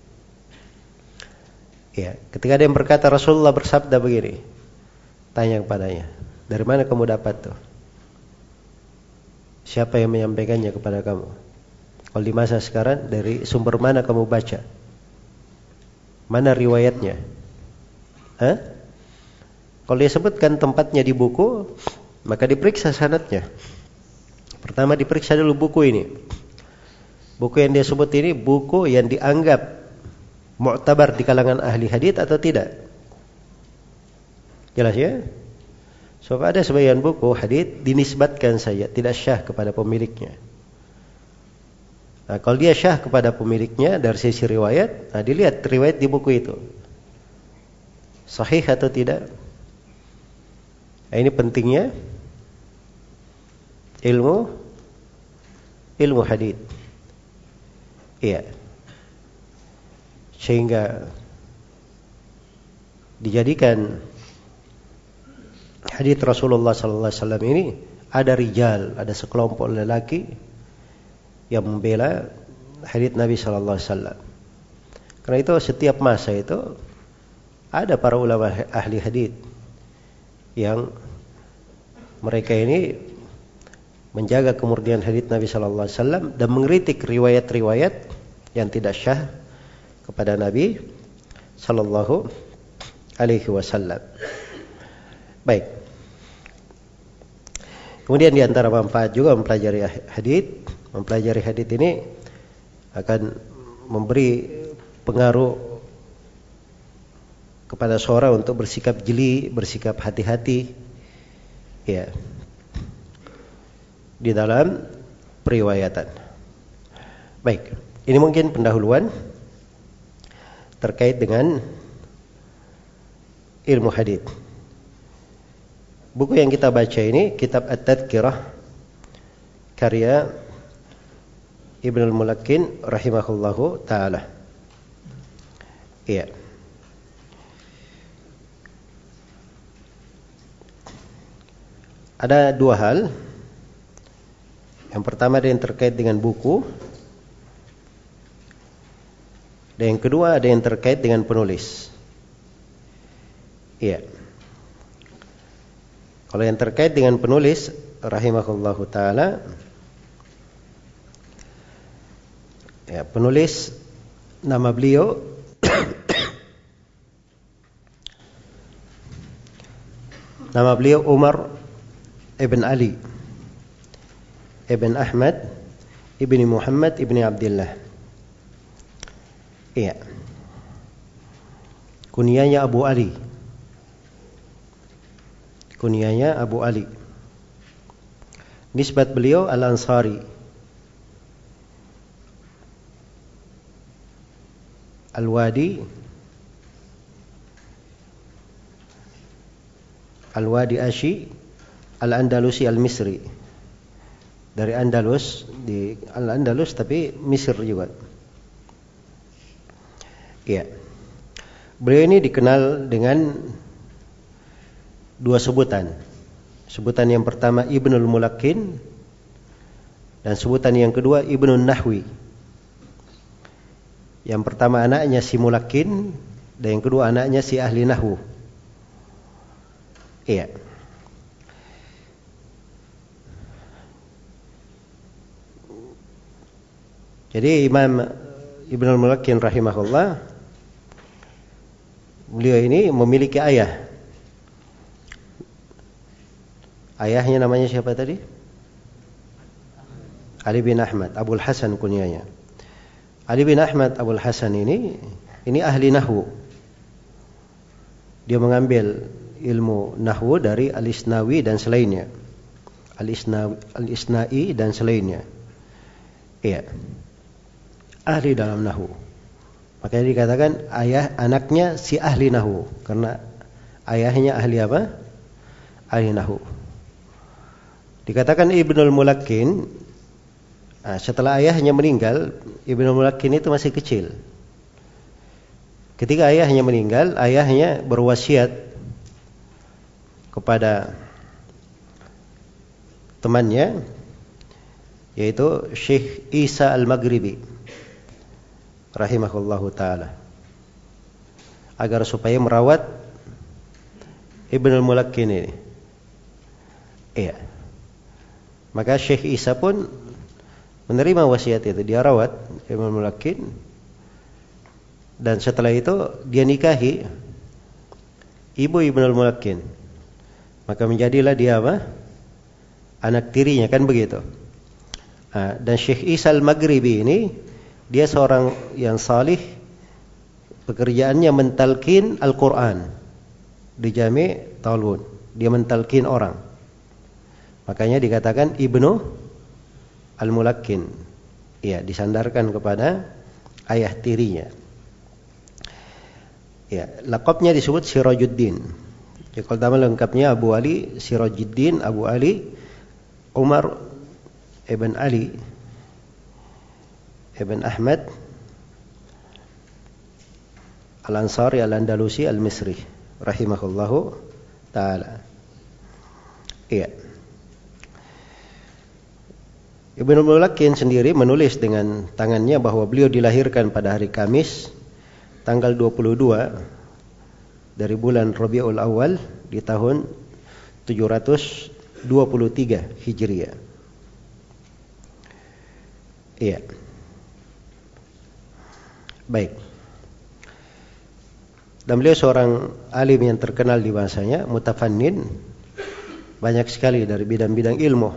Ya, ketika ada yang berkata Rasulullah bersabda begini, tanya kepadanya, dari mana kamu dapat tuh? Siapa yang menyampaikannya kepada kamu? Kalau di masa sekarang, dari sumber mana kamu baca? Mana riwayatnya? Hah? Kalau dia sebutkan tempatnya di buku, maka diperiksa sanadnya. Pertama diperiksa dulu buku ini. Buku yang dia sebut ini buku yang dianggap mu'tabar di kalangan ahli hadits atau tidak? Jelas ya? Sebab ada sebagian buku hadits dinisbatkan saja, tidak syah kepada pemiliknya. Nah, kalau dia syah kepada pemiliknya dari sisi riwayat, nah dilihat riwayat di buku itu sahih atau tidak. Nah, ini pentingnya ilmu ilmu hadits. Iya. Sehingga dijadikan hadits Rasulullah sallallahu alaihi wasallam ini ada rijal, ada sekelompok lelaki yang membela hadits Nabi sallallahu alaihi wasallam. Karena itu setiap masa itu ada para ulama ahli hadits yang mereka ini menjaga kemurnian hadits Nabi sallallahu alaihi wasallam dan mengkritik riwayat-riwayat yang tidak syah kepada Nabi sallallahu alaihi wasallam. Baik. Kemudian di antara manfaat juga mempelajari hadits, mempelajari hadits ini akan memberi pengaruh kepada seorang untuk bersikap jeli, bersikap hati-hati, ya, di dalam periwayatan. Baik, ini mungkin pendahuluan terkait dengan ilmu hadits. Buku yang kita baca ini kitab At-Tadhkirah karya Ibnul Mulakkin rahimahullahu taala. Iya. Ada dua hal. Yang pertama ada yang terkait dengan buku. Dan yang kedua ada yang terkait dengan penulis. Iya. Kalau yang terkait dengan penulis rahimahullahu taala, ya, penulis nama beliau nama beliau Umar ibn Ali ibn Ahmad ibn Muhammad ibn Abdullah. Iya. Kunyanya Abu Ali. Kunyanya Abu Ali. Nisbat beliau Al-Ansari. Al-Wadi Al-Wadi Ashi Al-Andalusi Al-Misri. Dari Andalus, di Al-Andalus tapi Mesir juga. Iya. Beliau ini dikenal dengan dua sebutan. Sebutan yang pertama Ibnul Mulakkin dan sebutan yang kedua Ibnun Nahwi. Yang pertama anaknya si Mulakkin dan yang kedua anaknya si ahli nahwu. Iya. Jadi Imam Ibnul Mulakkin rahimahullah, beliau ini memiliki ayah. Ayahnya namanya siapa tadi? Ali bin Ahmad Abul Hasan kunyanya. Ali bin Ahmad Abul Hasan ini ini ahli nahwu. Dia mengambil ilmu nahwu dari Al-Isnawi dan selainnya. Al-Isnawi, Al-Isnai dan selainnya. Iya. Ahli dalam nahwu. Makanya dikatakan ayah anaknya si ahli nahwu, karena ayahnya ahli apa? Ahli nahwu. Dikatakan Ibnul Mulakkin, nah, setelah ayahnya meninggal, Ibnul Mulakkin itu masih kecil. Ketika ayahnya meninggal, ayahnya berwasiat kepada temannya, yaitu Syekh Isa Al-Maghribi rahimahullahu ta'ala, agar supaya merawat Ibnul Mulakkin ini. Iya. Maka Syekh Isa pun menerima wasiat itu, dia rawat Ibnul Mulakkin, dan setelah itu dia nikahi ibu Ibnul Mulakkin. Maka menjadilah dia apa? Anak tirinya, kan begitu. Nah, dan Syekh Isa Al-Maghribi ini dia seorang yang salih, pekerjaannya mentalkin Al-Quran di Jami' Talun. Dia mentalkin orang, makanya dikatakan Ibnu Al-Mulakkin. Ya, disandarkan kepada ayah tirinya. Ya, laqabnya disebut Sirajuddin. Ya, kalau nama lengkapnya Abu Ali Sirajuddin Abu Ali Umar Ibn Ali Ibn Ahmad Al-Ansari Al-Andalusi Al-Misri rahimahullahu ta'ala. Iya. Ibnu Mulakkin sendiri menulis dengan tangannya bahwa beliau dilahirkan pada hari Kamis tanggal dua puluh dua dari bulan Rabiul Awal di tahun tujuh ratus dua puluh tiga Hijriah. Iya. Baik. Dan beliau seorang alim yang terkenal di masanya, mutafannin, banyak sekali dari bidang-bidang ilmu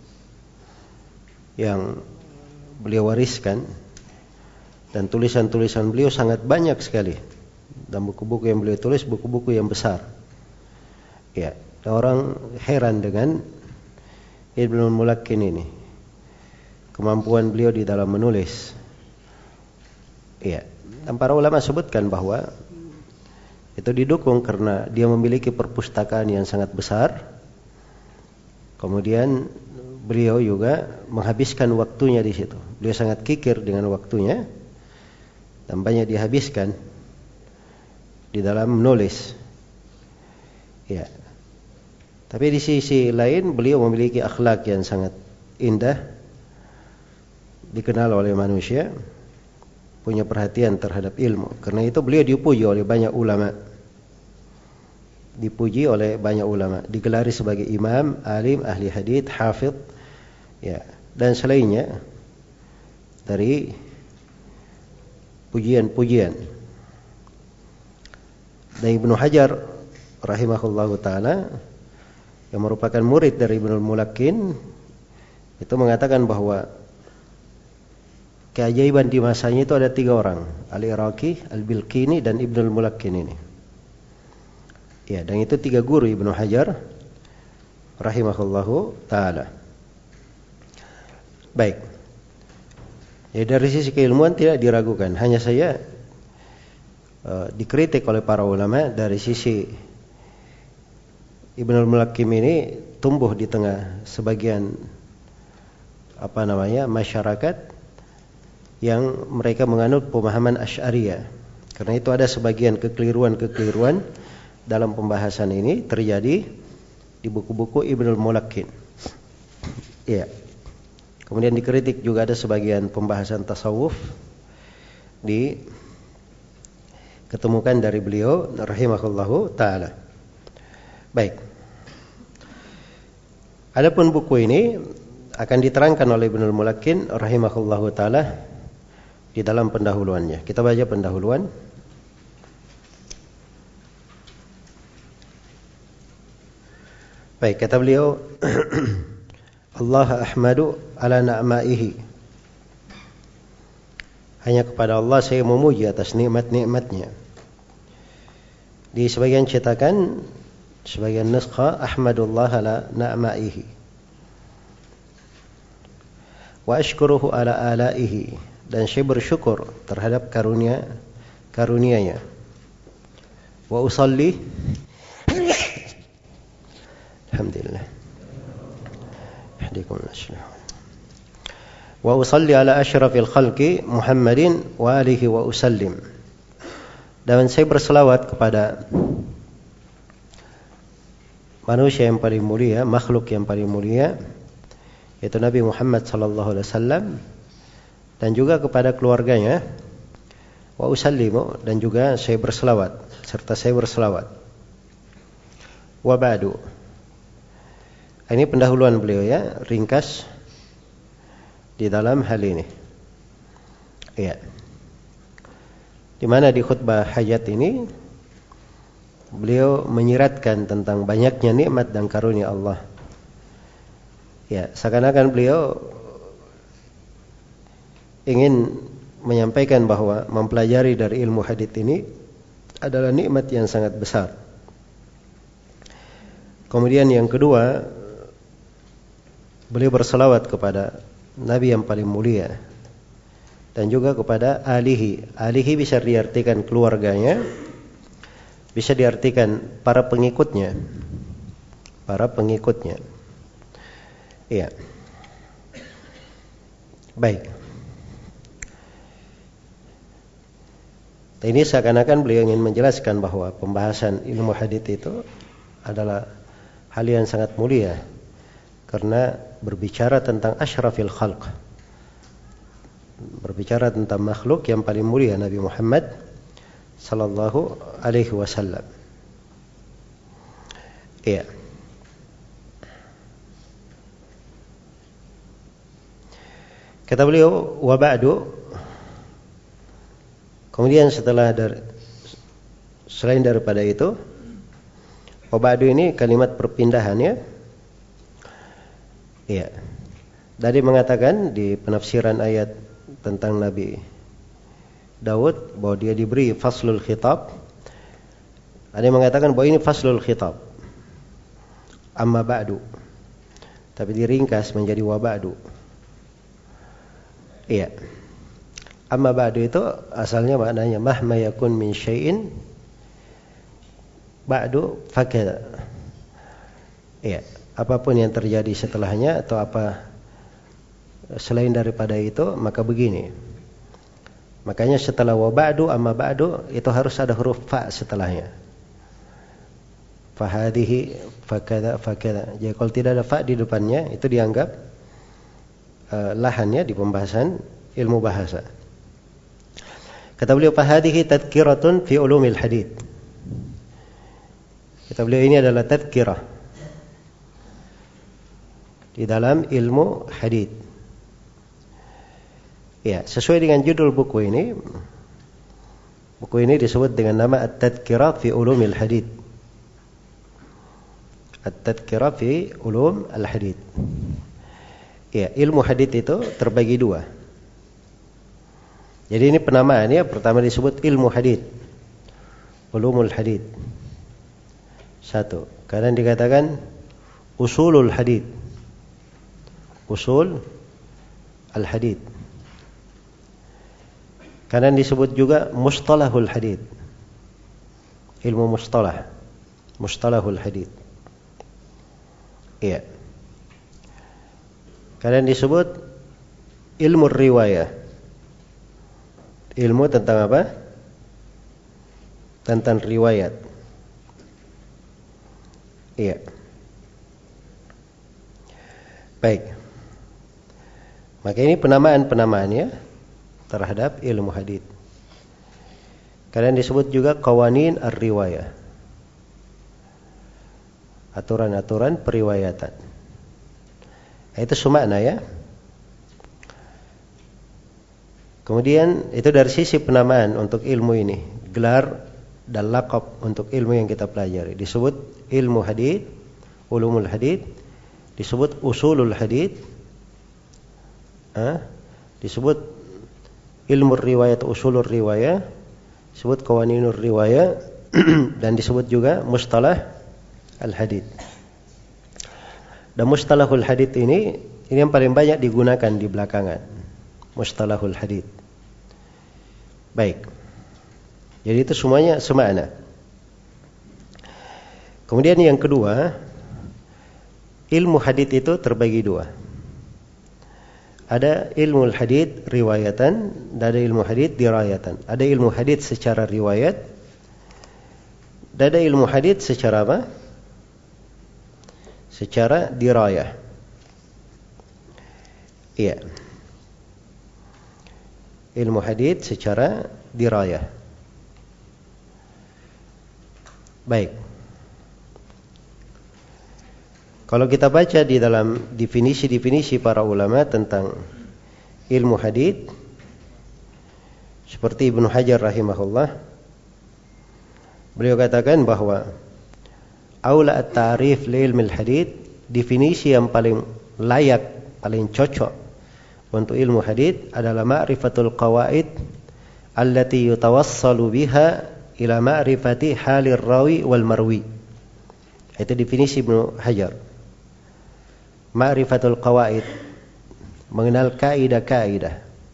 yang beliau wariskan, dan tulisan-tulisan beliau sangat banyak sekali, dan buku-buku yang beliau tulis buku-buku yang besar. Ya, orang heran dengan Ibnul Mulakkin ini, kemampuan beliau di dalam menulis. Ya, dan para ulama sebutkan bahwa itu didukung karena dia memiliki perpustakaan yang sangat besar. Kemudian beliau juga menghabiskan waktunya di situ. Beliau sangat kikir dengan waktunya dan banyak dihabiskan di dalam menulis. Ya. Tapi di sisi lain beliau memiliki akhlak yang sangat indah, dikenal oleh manusia, punya perhatian terhadap ilmu. Karena itu beliau dipuji oleh banyak ulama. Dipuji oleh banyak ulama, digelari sebagai imam, alim, ahli hadits, hafidh, ya, dan selainnya dari pujian-pujian. Dan Ibnu Hajar rahimahullahu taala yang merupakan murid dari Ibnul Mulakkin itu mengatakan bahwa keajaiban di masanya itu ada tiga orang, Al-Iraqi, Al-Bilqini, dan Ibnul Mulakkin ini. Ya, dan itu tiga guru Ibnu Hajar rahimahullahu taala. Baik. Ya, dari sisi keilmuan tidak diragukan, hanya saya uh, dikritik oleh para ulama dari sisi Ibnul Mulakkin ini tumbuh di tengah sebagian apa namanya masyarakat yang mereka menganut pemahaman Asy'ariyah. Karena itu ada sebagian kekeliruan-kekeliruan dalam pembahasan ini terjadi di buku-buku Ibnul Mulakkin. Ya. Kemudian dikritik juga ada sebagian pembahasan tasawuf di ketemukan dari beliau rahimahullahu taala. Baik. Adapun buku ini akan diterangkan oleh Ibnul Mulakkin rahimahullahu taala di dalam pendahuluannya. Kita baca pendahuluan. Baik, kata beliau, Allah ahmadu ala na'maihi. Hanya kepada Allah saya memuji atas nikmat-nikmatnya. Di sebagian cetakan, sebagian nuskha, ahmadullah ala na'maihi. Wa ashkuruhu ala alaihi. Dan saya bersyukur terhadap karunia karunia-Nya. Wa usalli alhamdulillah. Yahdikum al-aslah. Wa usalli ala asyrafil khalqi Muhammadin wa alihi wa usallim. Dan saya berselawat kepada manusia yang paling mulia, makhluk yang paling mulia, yaitu Nabi Muhammad sallallahu alaihi wasallam, dan juga kepada keluarganya. Wa usallimu, dan juga saya berselawat, serta saya berselawat. Wa ba'du. Ini pendahuluan beliau ya, ringkas di dalam hal ini. Iya. Di mana di khutbah hajat ini beliau menyiratkan tentang banyaknya nikmat dan karunia Allah. Ya, seakan-akan beliau ingin menyampaikan bahwa mempelajari dari ilmu hadits ini adalah nikmat yang sangat besar. Kemudian yang kedua, beliau berselawat kepada Nabi yang paling mulia dan juga kepada alihi. Alihi bisa diartikan keluarganya, bisa diartikan para pengikutnya. Para pengikutnya. Iya. Baik. Ini seakan-akan beliau ingin menjelaskan bahwa pembahasan ilmu hadits itu adalah hal yang sangat mulia karena berbicara tentang asyrafil khalq, berbicara tentang makhluk yang paling mulia, Nabi Muhammad sallallahu alaihi wasallam. Iya. Kata beliau, wa ba'du. Kemudian setelah dari, selain daripada itu, wa ba'du ini kalimat perpindahan ya. Iya. Dari mengatakan di penafsiran ayat tentang Nabi Daud bahwa dia diberi faslul khitab. Ada yang mengatakan bahwa ini faslul khitab. Amma ba'du. Tapi diringkas menjadi wa ba'du. Iya. Amma ba'du itu asalnya maknanya mahma yakun min syai'in ba'du fakada. Iya. Apapun yang terjadi setelahnya atau apa selain daripada itu, maka begini. Makanya setelah wa ba'du, amma ba'du, itu harus ada huruf fa setelahnya. Fahadihi, fakada, fakada. Jadi kalau tidak ada fa di depannya, itu dianggap uh, lahannya di pembahasan ilmu bahasa. Kata beliau, fahadihi tadkiratun fi ulumil hadits. Kata beliau, ini adalah tadkirah di dalam ilmu hadits. Ya, sesuai dengan judul buku ini, buku ini disebut dengan nama At-Tadhkirah fi Ulumil Hadits. At-Tadhkirah fi Ulum al-Hadits. Ya, ilmu hadits itu terbagi dua. Jadi ini penamaannya, pertama disebut ilmu hadits, Ulumul Hadits. Satu, kadang dikatakan usulul hadits, usul al-hadits. Kadang disebut juga mustalahul hadits, ilmu mustalah, mustalahul hadits. Iya. Kadang disebut ilmu riwayah, ilmu tentang apa? Tentang riwayat. Iya. Baik. Maka ini penamaan-penamaannya terhadap ilmu hadits. Kadang disebut juga qawanin ar-riwayah, aturan-aturan periwayatan. Itu semakna ya. Kemudian itu dari sisi penamaan untuk ilmu ini, gelar dan laqab untuk ilmu yang kita pelajari. Disebut ilmu hadits, ulumul hadits, disebut usulul hadits, ah, disebut ilmu riwayat, usulul riwayah, disebut qawaninur riwayah, dan disebut juga mustalah al-hadits. Dan mustalahul hadits ini ini yang paling banyak digunakan di belakangan. Mustalahul hadits. Baik. Jadi itu semuanya semakna. Kemudian yang kedua, ilmu hadits itu terbagi dua. Ada ilmu hadits riwayatan dan ada ilmu hadits dirayatan. Ada ilmu hadits secara riwayat dan ada ilmu hadits secara apa? Secara dirayah. Iya. Ilmu hadits secara dirayah. Baik. Kalau kita baca di dalam definisi-definisi para ulama tentang ilmu hadits, seperti Ibnu Hajar rahimahullah, beliau katakan bahwa aula at-ta'rif li ilmi al-hadits, definisi yang paling layak, paling cocok untuk ilmu hadits adalah ma'rifatul qawaid allati yutawassalu biha ila ma'rifati halir rawi wal marwi. Itu definisi Ibnu Hajar. Ma'rifatul qawaid, mengenal kaidah-kaidah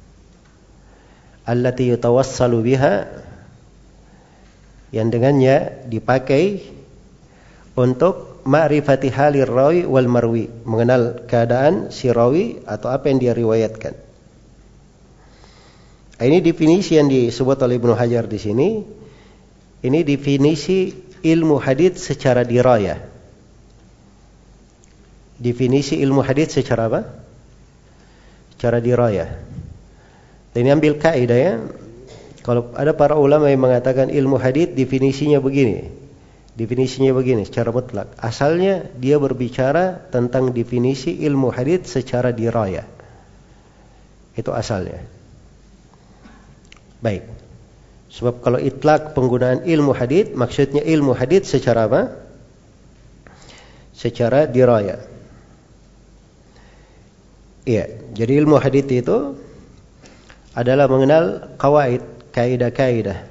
allati yutawassalu biha, yang dengannya dipakai untuk ma'rifati halir rawi wal marwi, mengenal keadaan si rawi atau apa yang dia riwayatkan. Ini definisi yang disebut oleh Ibnu Hajar di sini. Ini definisi ilmu hadits secara dirayah. Definisi ilmu hadits secara apa? Secara dirayah. Dan ini ambil kaidah ya. Kalau ada para ulama yang mengatakan ilmu hadits definisinya begini, definisinya begini secara mutlak, asalnya dia berbicara tentang definisi ilmu hadits secara dirayah. Itu asalnya. Baik. Sebab kalau itlak penggunaan ilmu hadits, maksudnya ilmu hadits secara apa? Secara dirayah. Iya, jadi ilmu hadits itu adalah mengenal qawaid, kaidah-kaidah.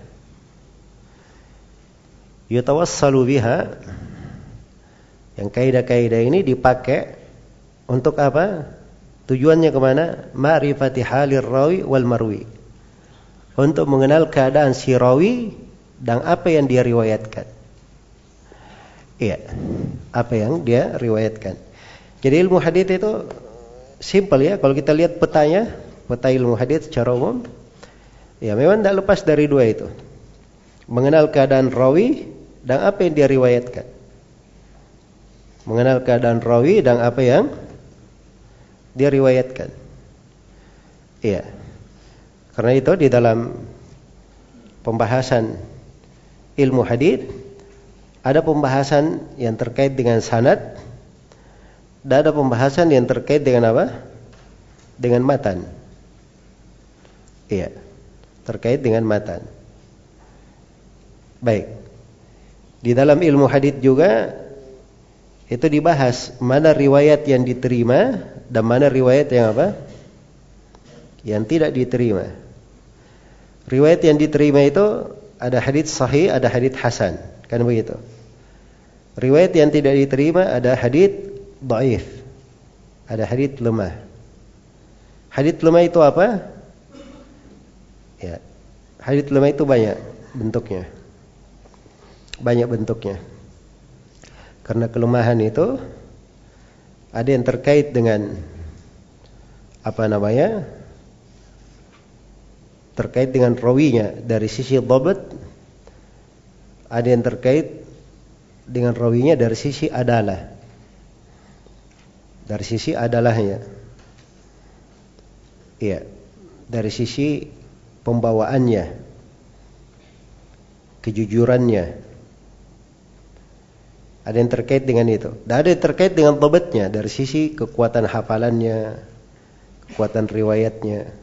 Yutawassalu biha, yang kaidah-kaidah ini dipakai untuk apa? Tujuannya kemana? Ma'rifati halir rawi wal marwi, untuk mengenal keadaan si rawi dan apa yang dia riwayatkan. Iya, apa yang dia riwayatkan. Jadi ilmu hadits itu simpel ya, kalau kita lihat petanya, peta ilmu hadits secara umum, ya memang tidak lepas dari dua itu. Mengenal keadaan rawi dan apa yang dia riwayatkan. Mengenal keadaan rawi dan apa yang dia riwayatkan. Iya. Karena itu di dalam pembahasan ilmu hadits ada pembahasan yang terkait dengan sanad, dan ada pembahasan yang terkait dengan apa? Dengan matan. Iya, terkait dengan matan. Baik. Di dalam ilmu hadits juga itu dibahas mana riwayat yang diterima dan mana riwayat yang apa? Yang tidak diterima. Riwayat yang diterima itu ada hadits sahih, ada hadits hasan, kan begitu. Riwayat yang tidak diterima ada hadits dhaif, ada hadits lemah. Hadits lemah itu apa? Ya, hadits lemah itu banyak bentuknya. Banyak bentuknya. Karena kelemahan itu ada yang terkait dengan apa namanya? Terkait dengan rawinya dari sisi dhabt, ada yang terkait dengan rawinya dari sisi adalah. Dari sisi adalahnya. Iya, dari sisi pembawaannya, kejujurannya. Ada yang terkait dengan itu. Dan ada yang terkait dengan dhabtnya, dari sisi kekuatan hafalannya, kekuatan riwayatnya.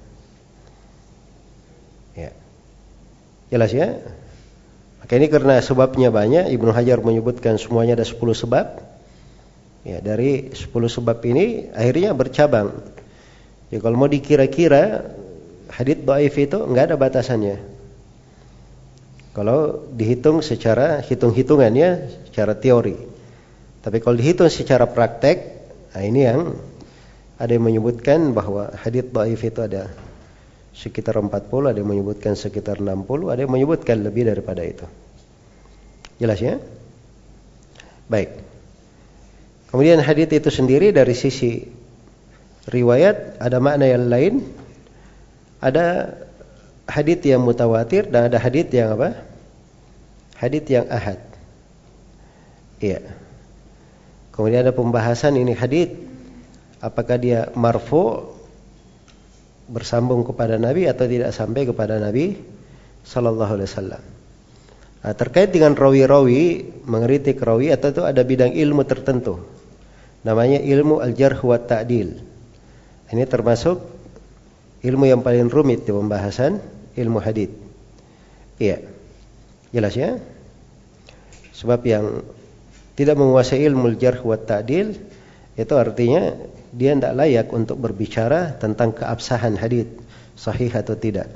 Ya. Jelas ya? Maka ini karena sebabnya banyak, Ibnu Hajar menyebutkan semuanya ada sepuluh sebab. Ya, dari sepuluh sebab ini akhirnya bercabang. Ya, kalau mau dikira-kira hadits dhaif itu enggak ada batasannya. Kalau dihitung secara hitung-hitungannya, secara teori. Tapi kalau dihitung secara praktek, nah ini yang ada yang menyebutkan bahwa hadits dhaif itu ada sekitar empat puluh, ada yang menyebutkan sekitar enam puluh, ada yang menyebutkan lebih daripada itu. Jelas ya? Baik. Kemudian hadits itu sendiri dari sisi riwayat ada makna yang lain. Ada hadits yang mutawatir dan ada hadits yang apa? Hadits yang ahad. Iya. Kemudian ada pembahasan ini hadits apakah dia marfu bersambung kepada Nabi atau tidak sampai kepada Nabi sallallahu alaihi wasallam. Nah, terkait dengan rawi-rawi, mengkritik rawi atau itu ada bidang ilmu tertentu. Namanya ilmu al-jarh wa ta'dil. Ini termasuk ilmu yang paling rumit di pembahasan ilmu hadits. Iya. Jelas ya? Sebab yang tidak menguasai ilmu al-jarh wa ta'dil itu artinya dia tidak layak untuk berbicara tentang keabsahan hadits sahih atau tidak.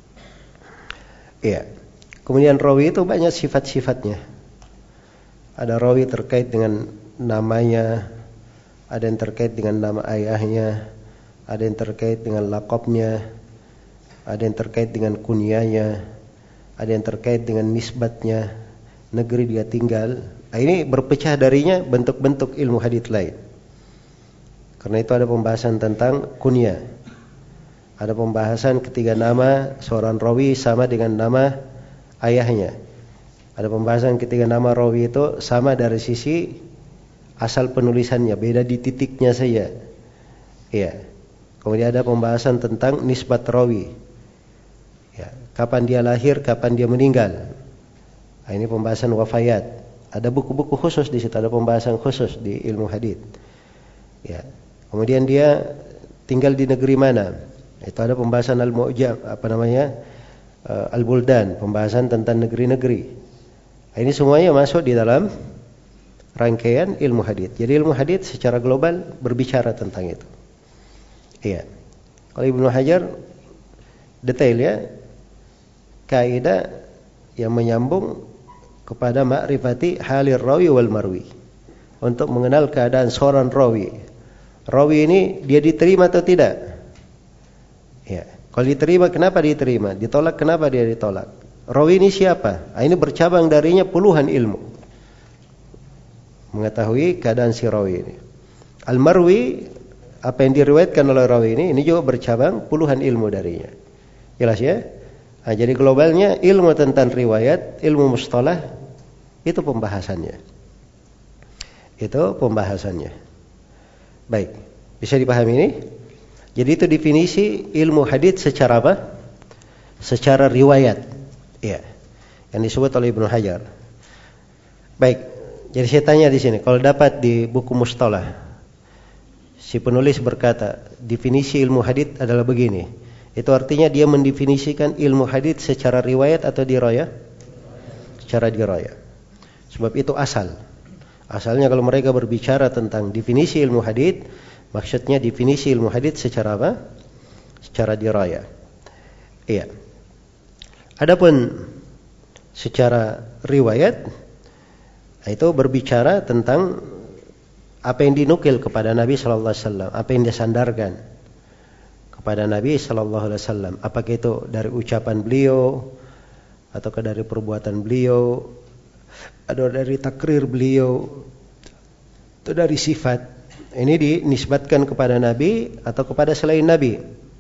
Iya. Kemudian rawi itu banyak sifat-sifatnya. Ada rawi terkait dengan namanya, ada yang terkait dengan nama ayahnya, ada yang terkait dengan laqabnya, ada yang terkait dengan kunyanya, ada yang terkait dengan nisbatnya, negeri dia tinggal. Nah, ini berpecah darinya bentuk-bentuk ilmu hadits lain. Karena itu ada pembahasan tentang kunyah. Ada pembahasan ketiga nama seorang rawi sama dengan nama ayahnya. Ada pembahasan ketiga nama rawi itu sama dari sisi asal penulisannya, beda di titiknya saja. Iya. Kemudian ada pembahasan tentang nisbat rawi. Ya, kapan dia lahir, kapan dia meninggal. Nah, ini pembahasan wafayat. Ada buku-buku khusus di situ, ada pembahasan khusus di ilmu hadits. Ya. Kemudian dia tinggal di negeri mana? Itu ada pembahasan al-mu'jam, apa namanya? Uh, al-buldan, pembahasan tentang negeri-negeri. Nah, ini semuanya masuk di dalam rangkaian ilmu hadits. Jadi ilmu hadits secara global berbicara tentang itu. Iya. Kalau Ibnu Hajar detail ya, kaidah yang menyambung kepada ma'rifati halir rawi wal marwi. Untuk mengenal keadaan seorang rawi. Rawi ini dia diterima atau tidak? Ya. Kalau diterima, kenapa diterima? Ditolak, kenapa dia ditolak? Rawi ini siapa? Nah, ini bercabang darinya puluhan ilmu. Mengetahui keadaan si rawi ini. Al-marwi, apa yang diriwayatkan oleh rawi ini, ini juga bercabang puluhan ilmu darinya. Jelas ya? Nah, jadi globalnya ilmu tentang riwayat, ilmu mustalah, itu pembahasannya. Itu pembahasannya. Baik, bisa dipahami ini? Jadi itu definisi ilmu hadits secara apa? Secara riwayat. Ya. Yang disebut oleh Ibnu Hajar. Baik. Jadi saya tanya di sini, kalau dapat di buku mustalah, si penulis berkata, definisi ilmu hadits adalah begini. Itu artinya dia mendefinisikan ilmu hadits secara riwayat atau diraya? Secara diraya. Sebab itu asal. Asalnya kalau mereka berbicara tentang definisi ilmu hadits, maksudnya definisi ilmu hadits secara apa? Secara diraya. Iya. Adapun secara riwayat, itu berbicara tentang apa yang dinukil kepada Nabi sallallahu alaihi wasallam, apa yang disandarkan kepada Nabi sallallahu alaihi wasallam, apakah itu dari ucapan beliau ataukah dari perbuatan beliau atau dari takrir beliau atau dari sifat. Ini dinisbatkan kepada Nabi atau kepada selain Nabi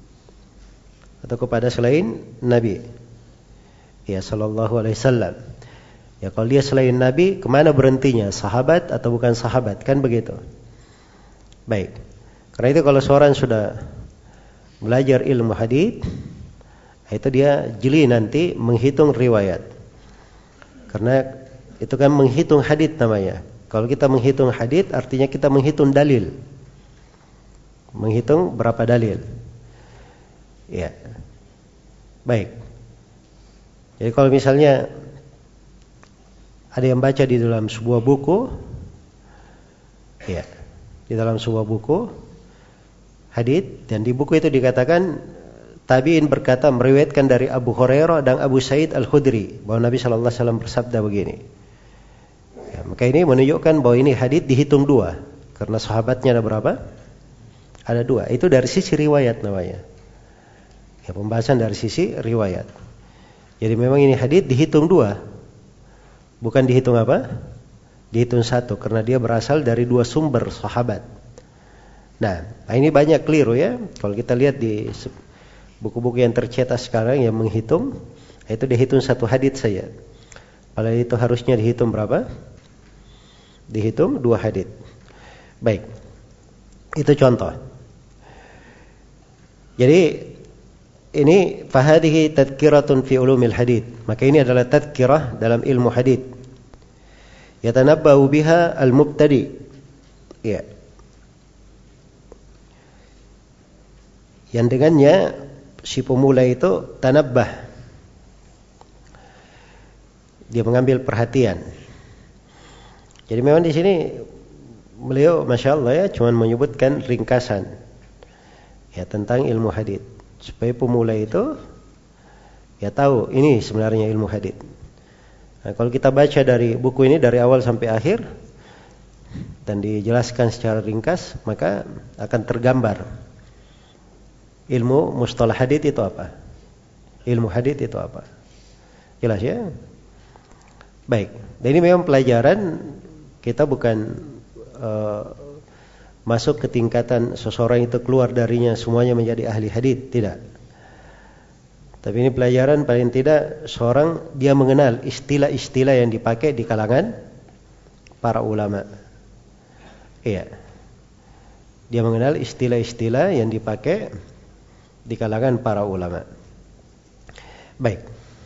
atau kepada selain Nabi ya sallallahu alaihi wasallam. Ya kalau dia selain Nabi, kemana berhentinya? Sahabat atau bukan sahabat? Kan begitu. Baik. Karena itu kalau seorang sudah belajar ilmu hadits, itu dia jeli nanti menghitung riwayat. Karena itu kan menghitung hadits namanya. Kalau kita menghitung hadits, artinya kita menghitung dalil. Menghitung berapa dalil. Ya. Baik. Jadi kalau misalnya ada yang baca di dalam sebuah buku, ya, di dalam sebuah buku hadits, dan di buku itu dikatakan tabi'in berkata meriwayatkan dari Abu Hurairah dan Abu Sa'id Al-Khudri bahwa Nabi sallallahu alaihi wasallam bersabda begini. Ya, maka ini menunjukkan bahwa ini hadits dihitung dua, karena sahabatnya ada berapa? Ada dua. Itu dari sisi riwayat namanya. Ya, pembahasan dari sisi riwayat. Jadi memang ini hadits dihitung dua. Bukan dihitung apa? Dihitung satu, karena dia berasal dari dua sumber sahabat. Nah, ini banyak keliru ya. Kalau kita lihat di buku-buku yang tercetak sekarang yang menghitung, itu dihitung satu hadits saja. Padahal itu harusnya dihitung berapa? Dihitung dua hadits. Baik. Itu contoh. Jadi ini fahadihi tadhkiratun fi ulumil hadits. Maka ini adalah tadhkirah dalam ilmu hadits. Yatanabbahu biha al-mubtadi. Ya. Yang dengannya si pemula itu tanabbah. Dia mengambil perhatian. Jadi memang di sini beliau Masya Allah ya cuma menyebutkan ringkasan ya tentang ilmu hadits supaya pemula itu ya tahu ini sebenarnya ilmu hadits. Nah, kalau kita baca dari buku ini dari awal sampai akhir dan dijelaskan secara ringkas, maka akan tergambar ilmu mustalah hadits itu apa? Ilmu hadits itu apa? Jelas ya? Baik. Dan ini memang pelajaran kita bukan uh, masuk ke tingkatan seseorang itu keluar darinya semuanya menjadi ahli hadits, tidak. Tapi ini pelajaran paling tidak seorang dia mengenal istilah-istilah yang dipakai di kalangan para ulama. Iya. Dia mengenal istilah-istilah yang dipakai di kalangan para ulama. Baik.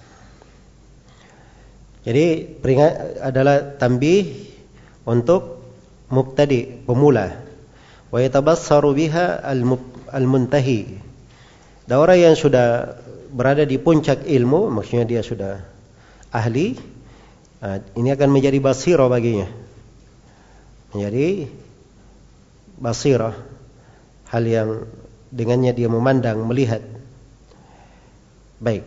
Jadi peringat adalah tambih untuk mubtadi, pemula. Wa yatabassaru biha al-muntahi. Dan orang yang sudah berada di puncak ilmu, maksudnya dia sudah ahli, ini akan menjadi basirah baginya. Menjadi basirah, hal yang dengannya dia memandang, melihat. Baik.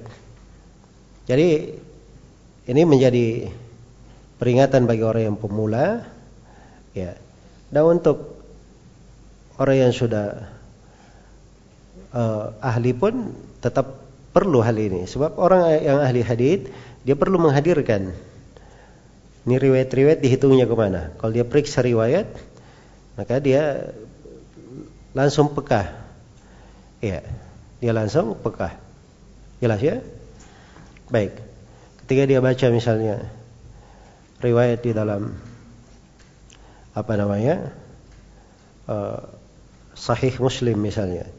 Jadi ini menjadi peringatan bagi orang yang pemula, ya. Dan untuk orang yang sudah uh, ahli pun tetap perlu hal ini. Sebab orang yang ahli hadits dia perlu menghadirkan. Ini riwayat-riwayat dihitungnya kemana? Kalau dia periksa riwayat, maka dia langsung peka. Ya, dia langsung peka. Jelas ya? Baik. Ketika dia baca misalnya riwayat di dalam apa namanya uh, Sahih Muslim misalnya,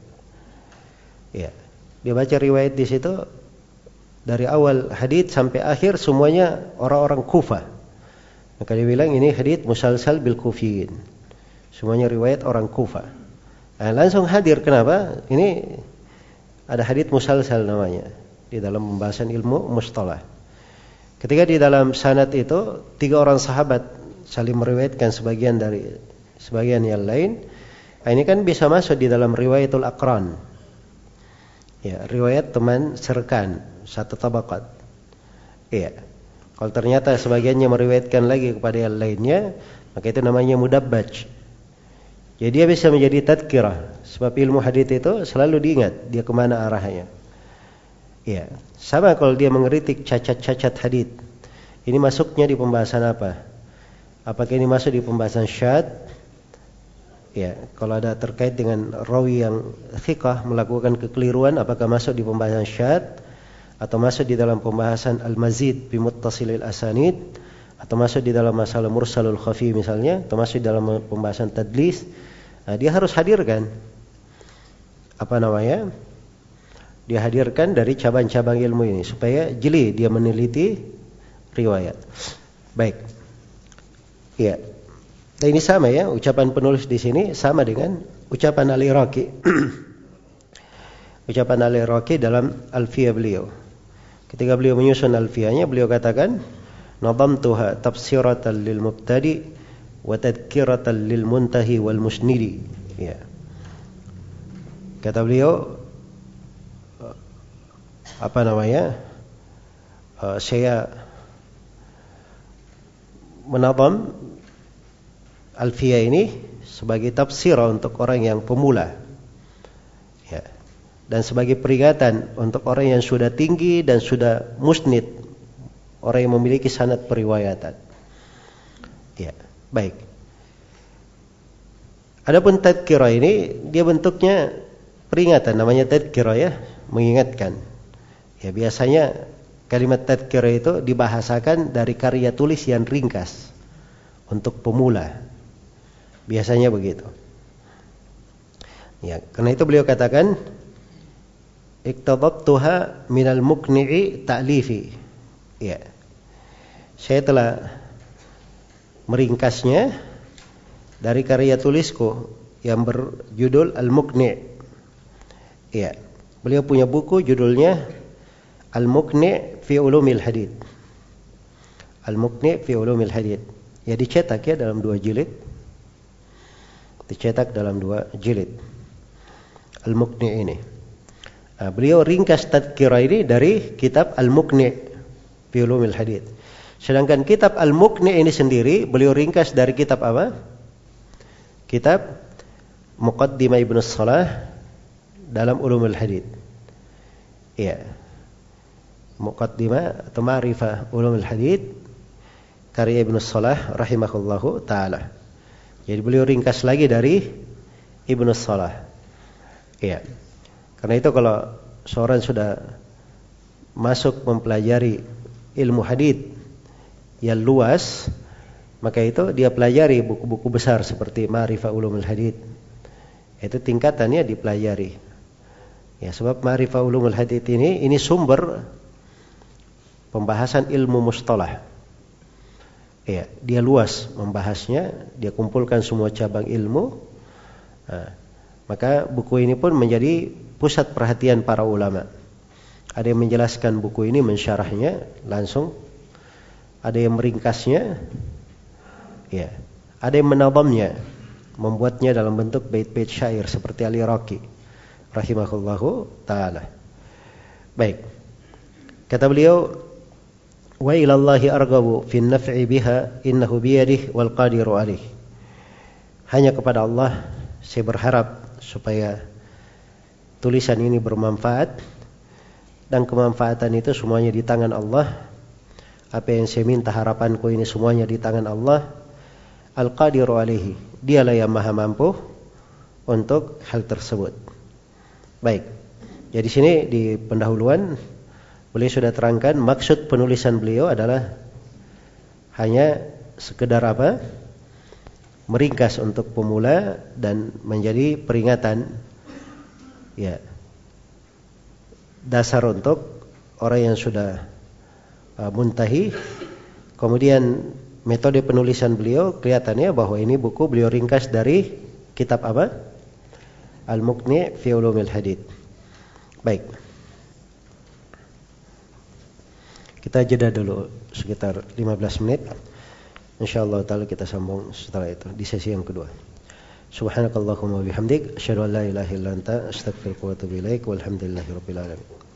ya, dia baca riwayat di situ dari awal hadits sampai akhir semuanya orang-orang Kufah, maka dia bilang ini hadits musalsal bil Kufiyin, semuanya riwayat orang Kufah. Nah, langsung hadir kenapa? Ini ada hadits musalsal namanya di dalam pembahasan ilmu mustalah. Ketika di dalam sanad itu tiga orang sahabat saling meriwayatkan sebagian dari sebagian yang lain, nah, ini kan bisa masuk di dalam riwayatul aqran. Ya, riwayat teman serkan satu tabaqat. Iya. Kalau ternyata sebagiannya meriwayatkan lagi kepada yang lainnya, maka itu namanya mudabbaj. Jadi dia bisa menjadi tadhkirah. Sebab ilmu hadits itu selalu diingat dia kemana arahnya. Ya, sama kalau dia mengkritik cacat-cacat hadits. Ini masuknya di pembahasan apa? Apakah ini masuk di pembahasan syadz? Ya, kalau ada terkait dengan rawi yang thiqah melakukan kekeliruan, apakah masuk di pembahasan syadz atau masuk di dalam pembahasan al-mazid bi muttasilil asanid atau masuk di dalam masalah mursalul khafi misalnya, atau masuk di dalam pembahasan tadlis? Nah, dia harus hadirkan apa namanya? Dia hadirkan dari cabang-cabang ilmu ini supaya jeli dia meneliti riwayat. Baik. Iya. Dan ini sama ya, ucapan penulis di sini sama dengan ucapan Al-Iraqi. Ucapan Al-Iraqi dalam Alfiyah beliau. Ketika beliau menyusun Alfiyahnya, beliau katakan, "Nadamtuha tafsiratan lil mubtadi wa tadhkiratan lil muntahi wal musnidi." Ya. Kata beliau, apa namanya? Uh, saya menadam Alfiyah ini sebagai tafsir untuk orang yang pemula. Ya. dan sebagai peringatan untuk orang yang sudah tinggi dan sudah musnid, orang yang memiliki sanad periwayatan. Ya, baik. Adapun tadhkirah ini dia bentuknya peringatan, namanya tadhkirah ya, mengingatkan. Ya, biasanya kalimat tadhkirah itu dibahasakan dari karya tulis yang ringkas untuk pemula. Biasanya begitu. Ya, karena itu beliau katakan iktadabtuha minal muqni'i ta'lifi. Ya. Saya telah meringkasnya dari karya tulisku yang berjudul Al-Muqni'. Ya. Beliau punya buku judulnya Al-Muqni' fi Ulumil Hadits. Al-Muqni' fi Ulumil Hadits. Ya, dicetak ya dalam dua jilid. Dicetak dalam dua jilid. Al-Muqni' ini. Nah, beliau ringkas tadhkirah ini dari kitab Al-Muqni' fi Ulumil Hadits. Sedangkan kitab Al-Muqni' ini sendiri beliau ringkas dari kitab apa? Kitab Muqaddimah Ibnu Shalah dalam Ulumul Hadits. Iya. Muqaddimah atau Ma'rifah Ulumul Hadits karya Ibnu Shalah rahimahullahu taala. Jadi beliau ringkas lagi dari Ibnu Shalah. Iya. Karena itu kalau seorang sudah masuk mempelajari ilmu hadits yang luas, maka itu dia pelajari buku-buku besar seperti Ma'rifah Ulumul Hadits. Itu tingkatannya dipelajari. Ya, sebab Ma'rifah Ulumul Hadits ini ini sumber pembahasan ilmu mustalah. Ya, dia luas membahasnya, dia kumpulkan semua cabang ilmu. Nah, maka buku ini pun menjadi pusat perhatian para ulama. Ada yang menjelaskan buku ini, mensyarahnya langsung. Ada yang meringkasnya. Ya, ada yang menadhamnya, membuatnya dalam bentuk bait-bait syair seperti Al-Iraqi rahimahullahu taala. Baik. Kata beliau, wa ilallahi arghabu fin naf'i biha innahu biyadihi wal qadiru alaih. Hanya kepada Allah saya berharap supaya tulisan ini bermanfaat, dan kemanfaatan itu semuanya di tangan Allah. Apa yang saya minta, harapanku ini semuanya di tangan Allah. Al-Qadiru alaihi, dialah yang maha mampu untuk hal tersebut. Baik. Jadi sini di pendahuluan beliau sudah terangkan maksud penulisan beliau adalah hanya sekedar apa? Meringkas untuk pemula dan menjadi peringatan, ya, dasar untuk orang yang sudah uh, muntahi. Kemudian metode penulisan beliau kelihatannya bahwa ini buku beliau ringkas dari kitab apa? Al-Muqni' fi Ulumil Hadits. Baik. Kita jeda dulu sekitar lima belas menit. Insyaallah taala kita sambung setelah itu di sesi yang kedua. Subhanakallahumma wa bihamdik asyhadu an la ilaha illa anta astaghfiruka wa atubu ilaik. Walhamdulillahirabbil alamin.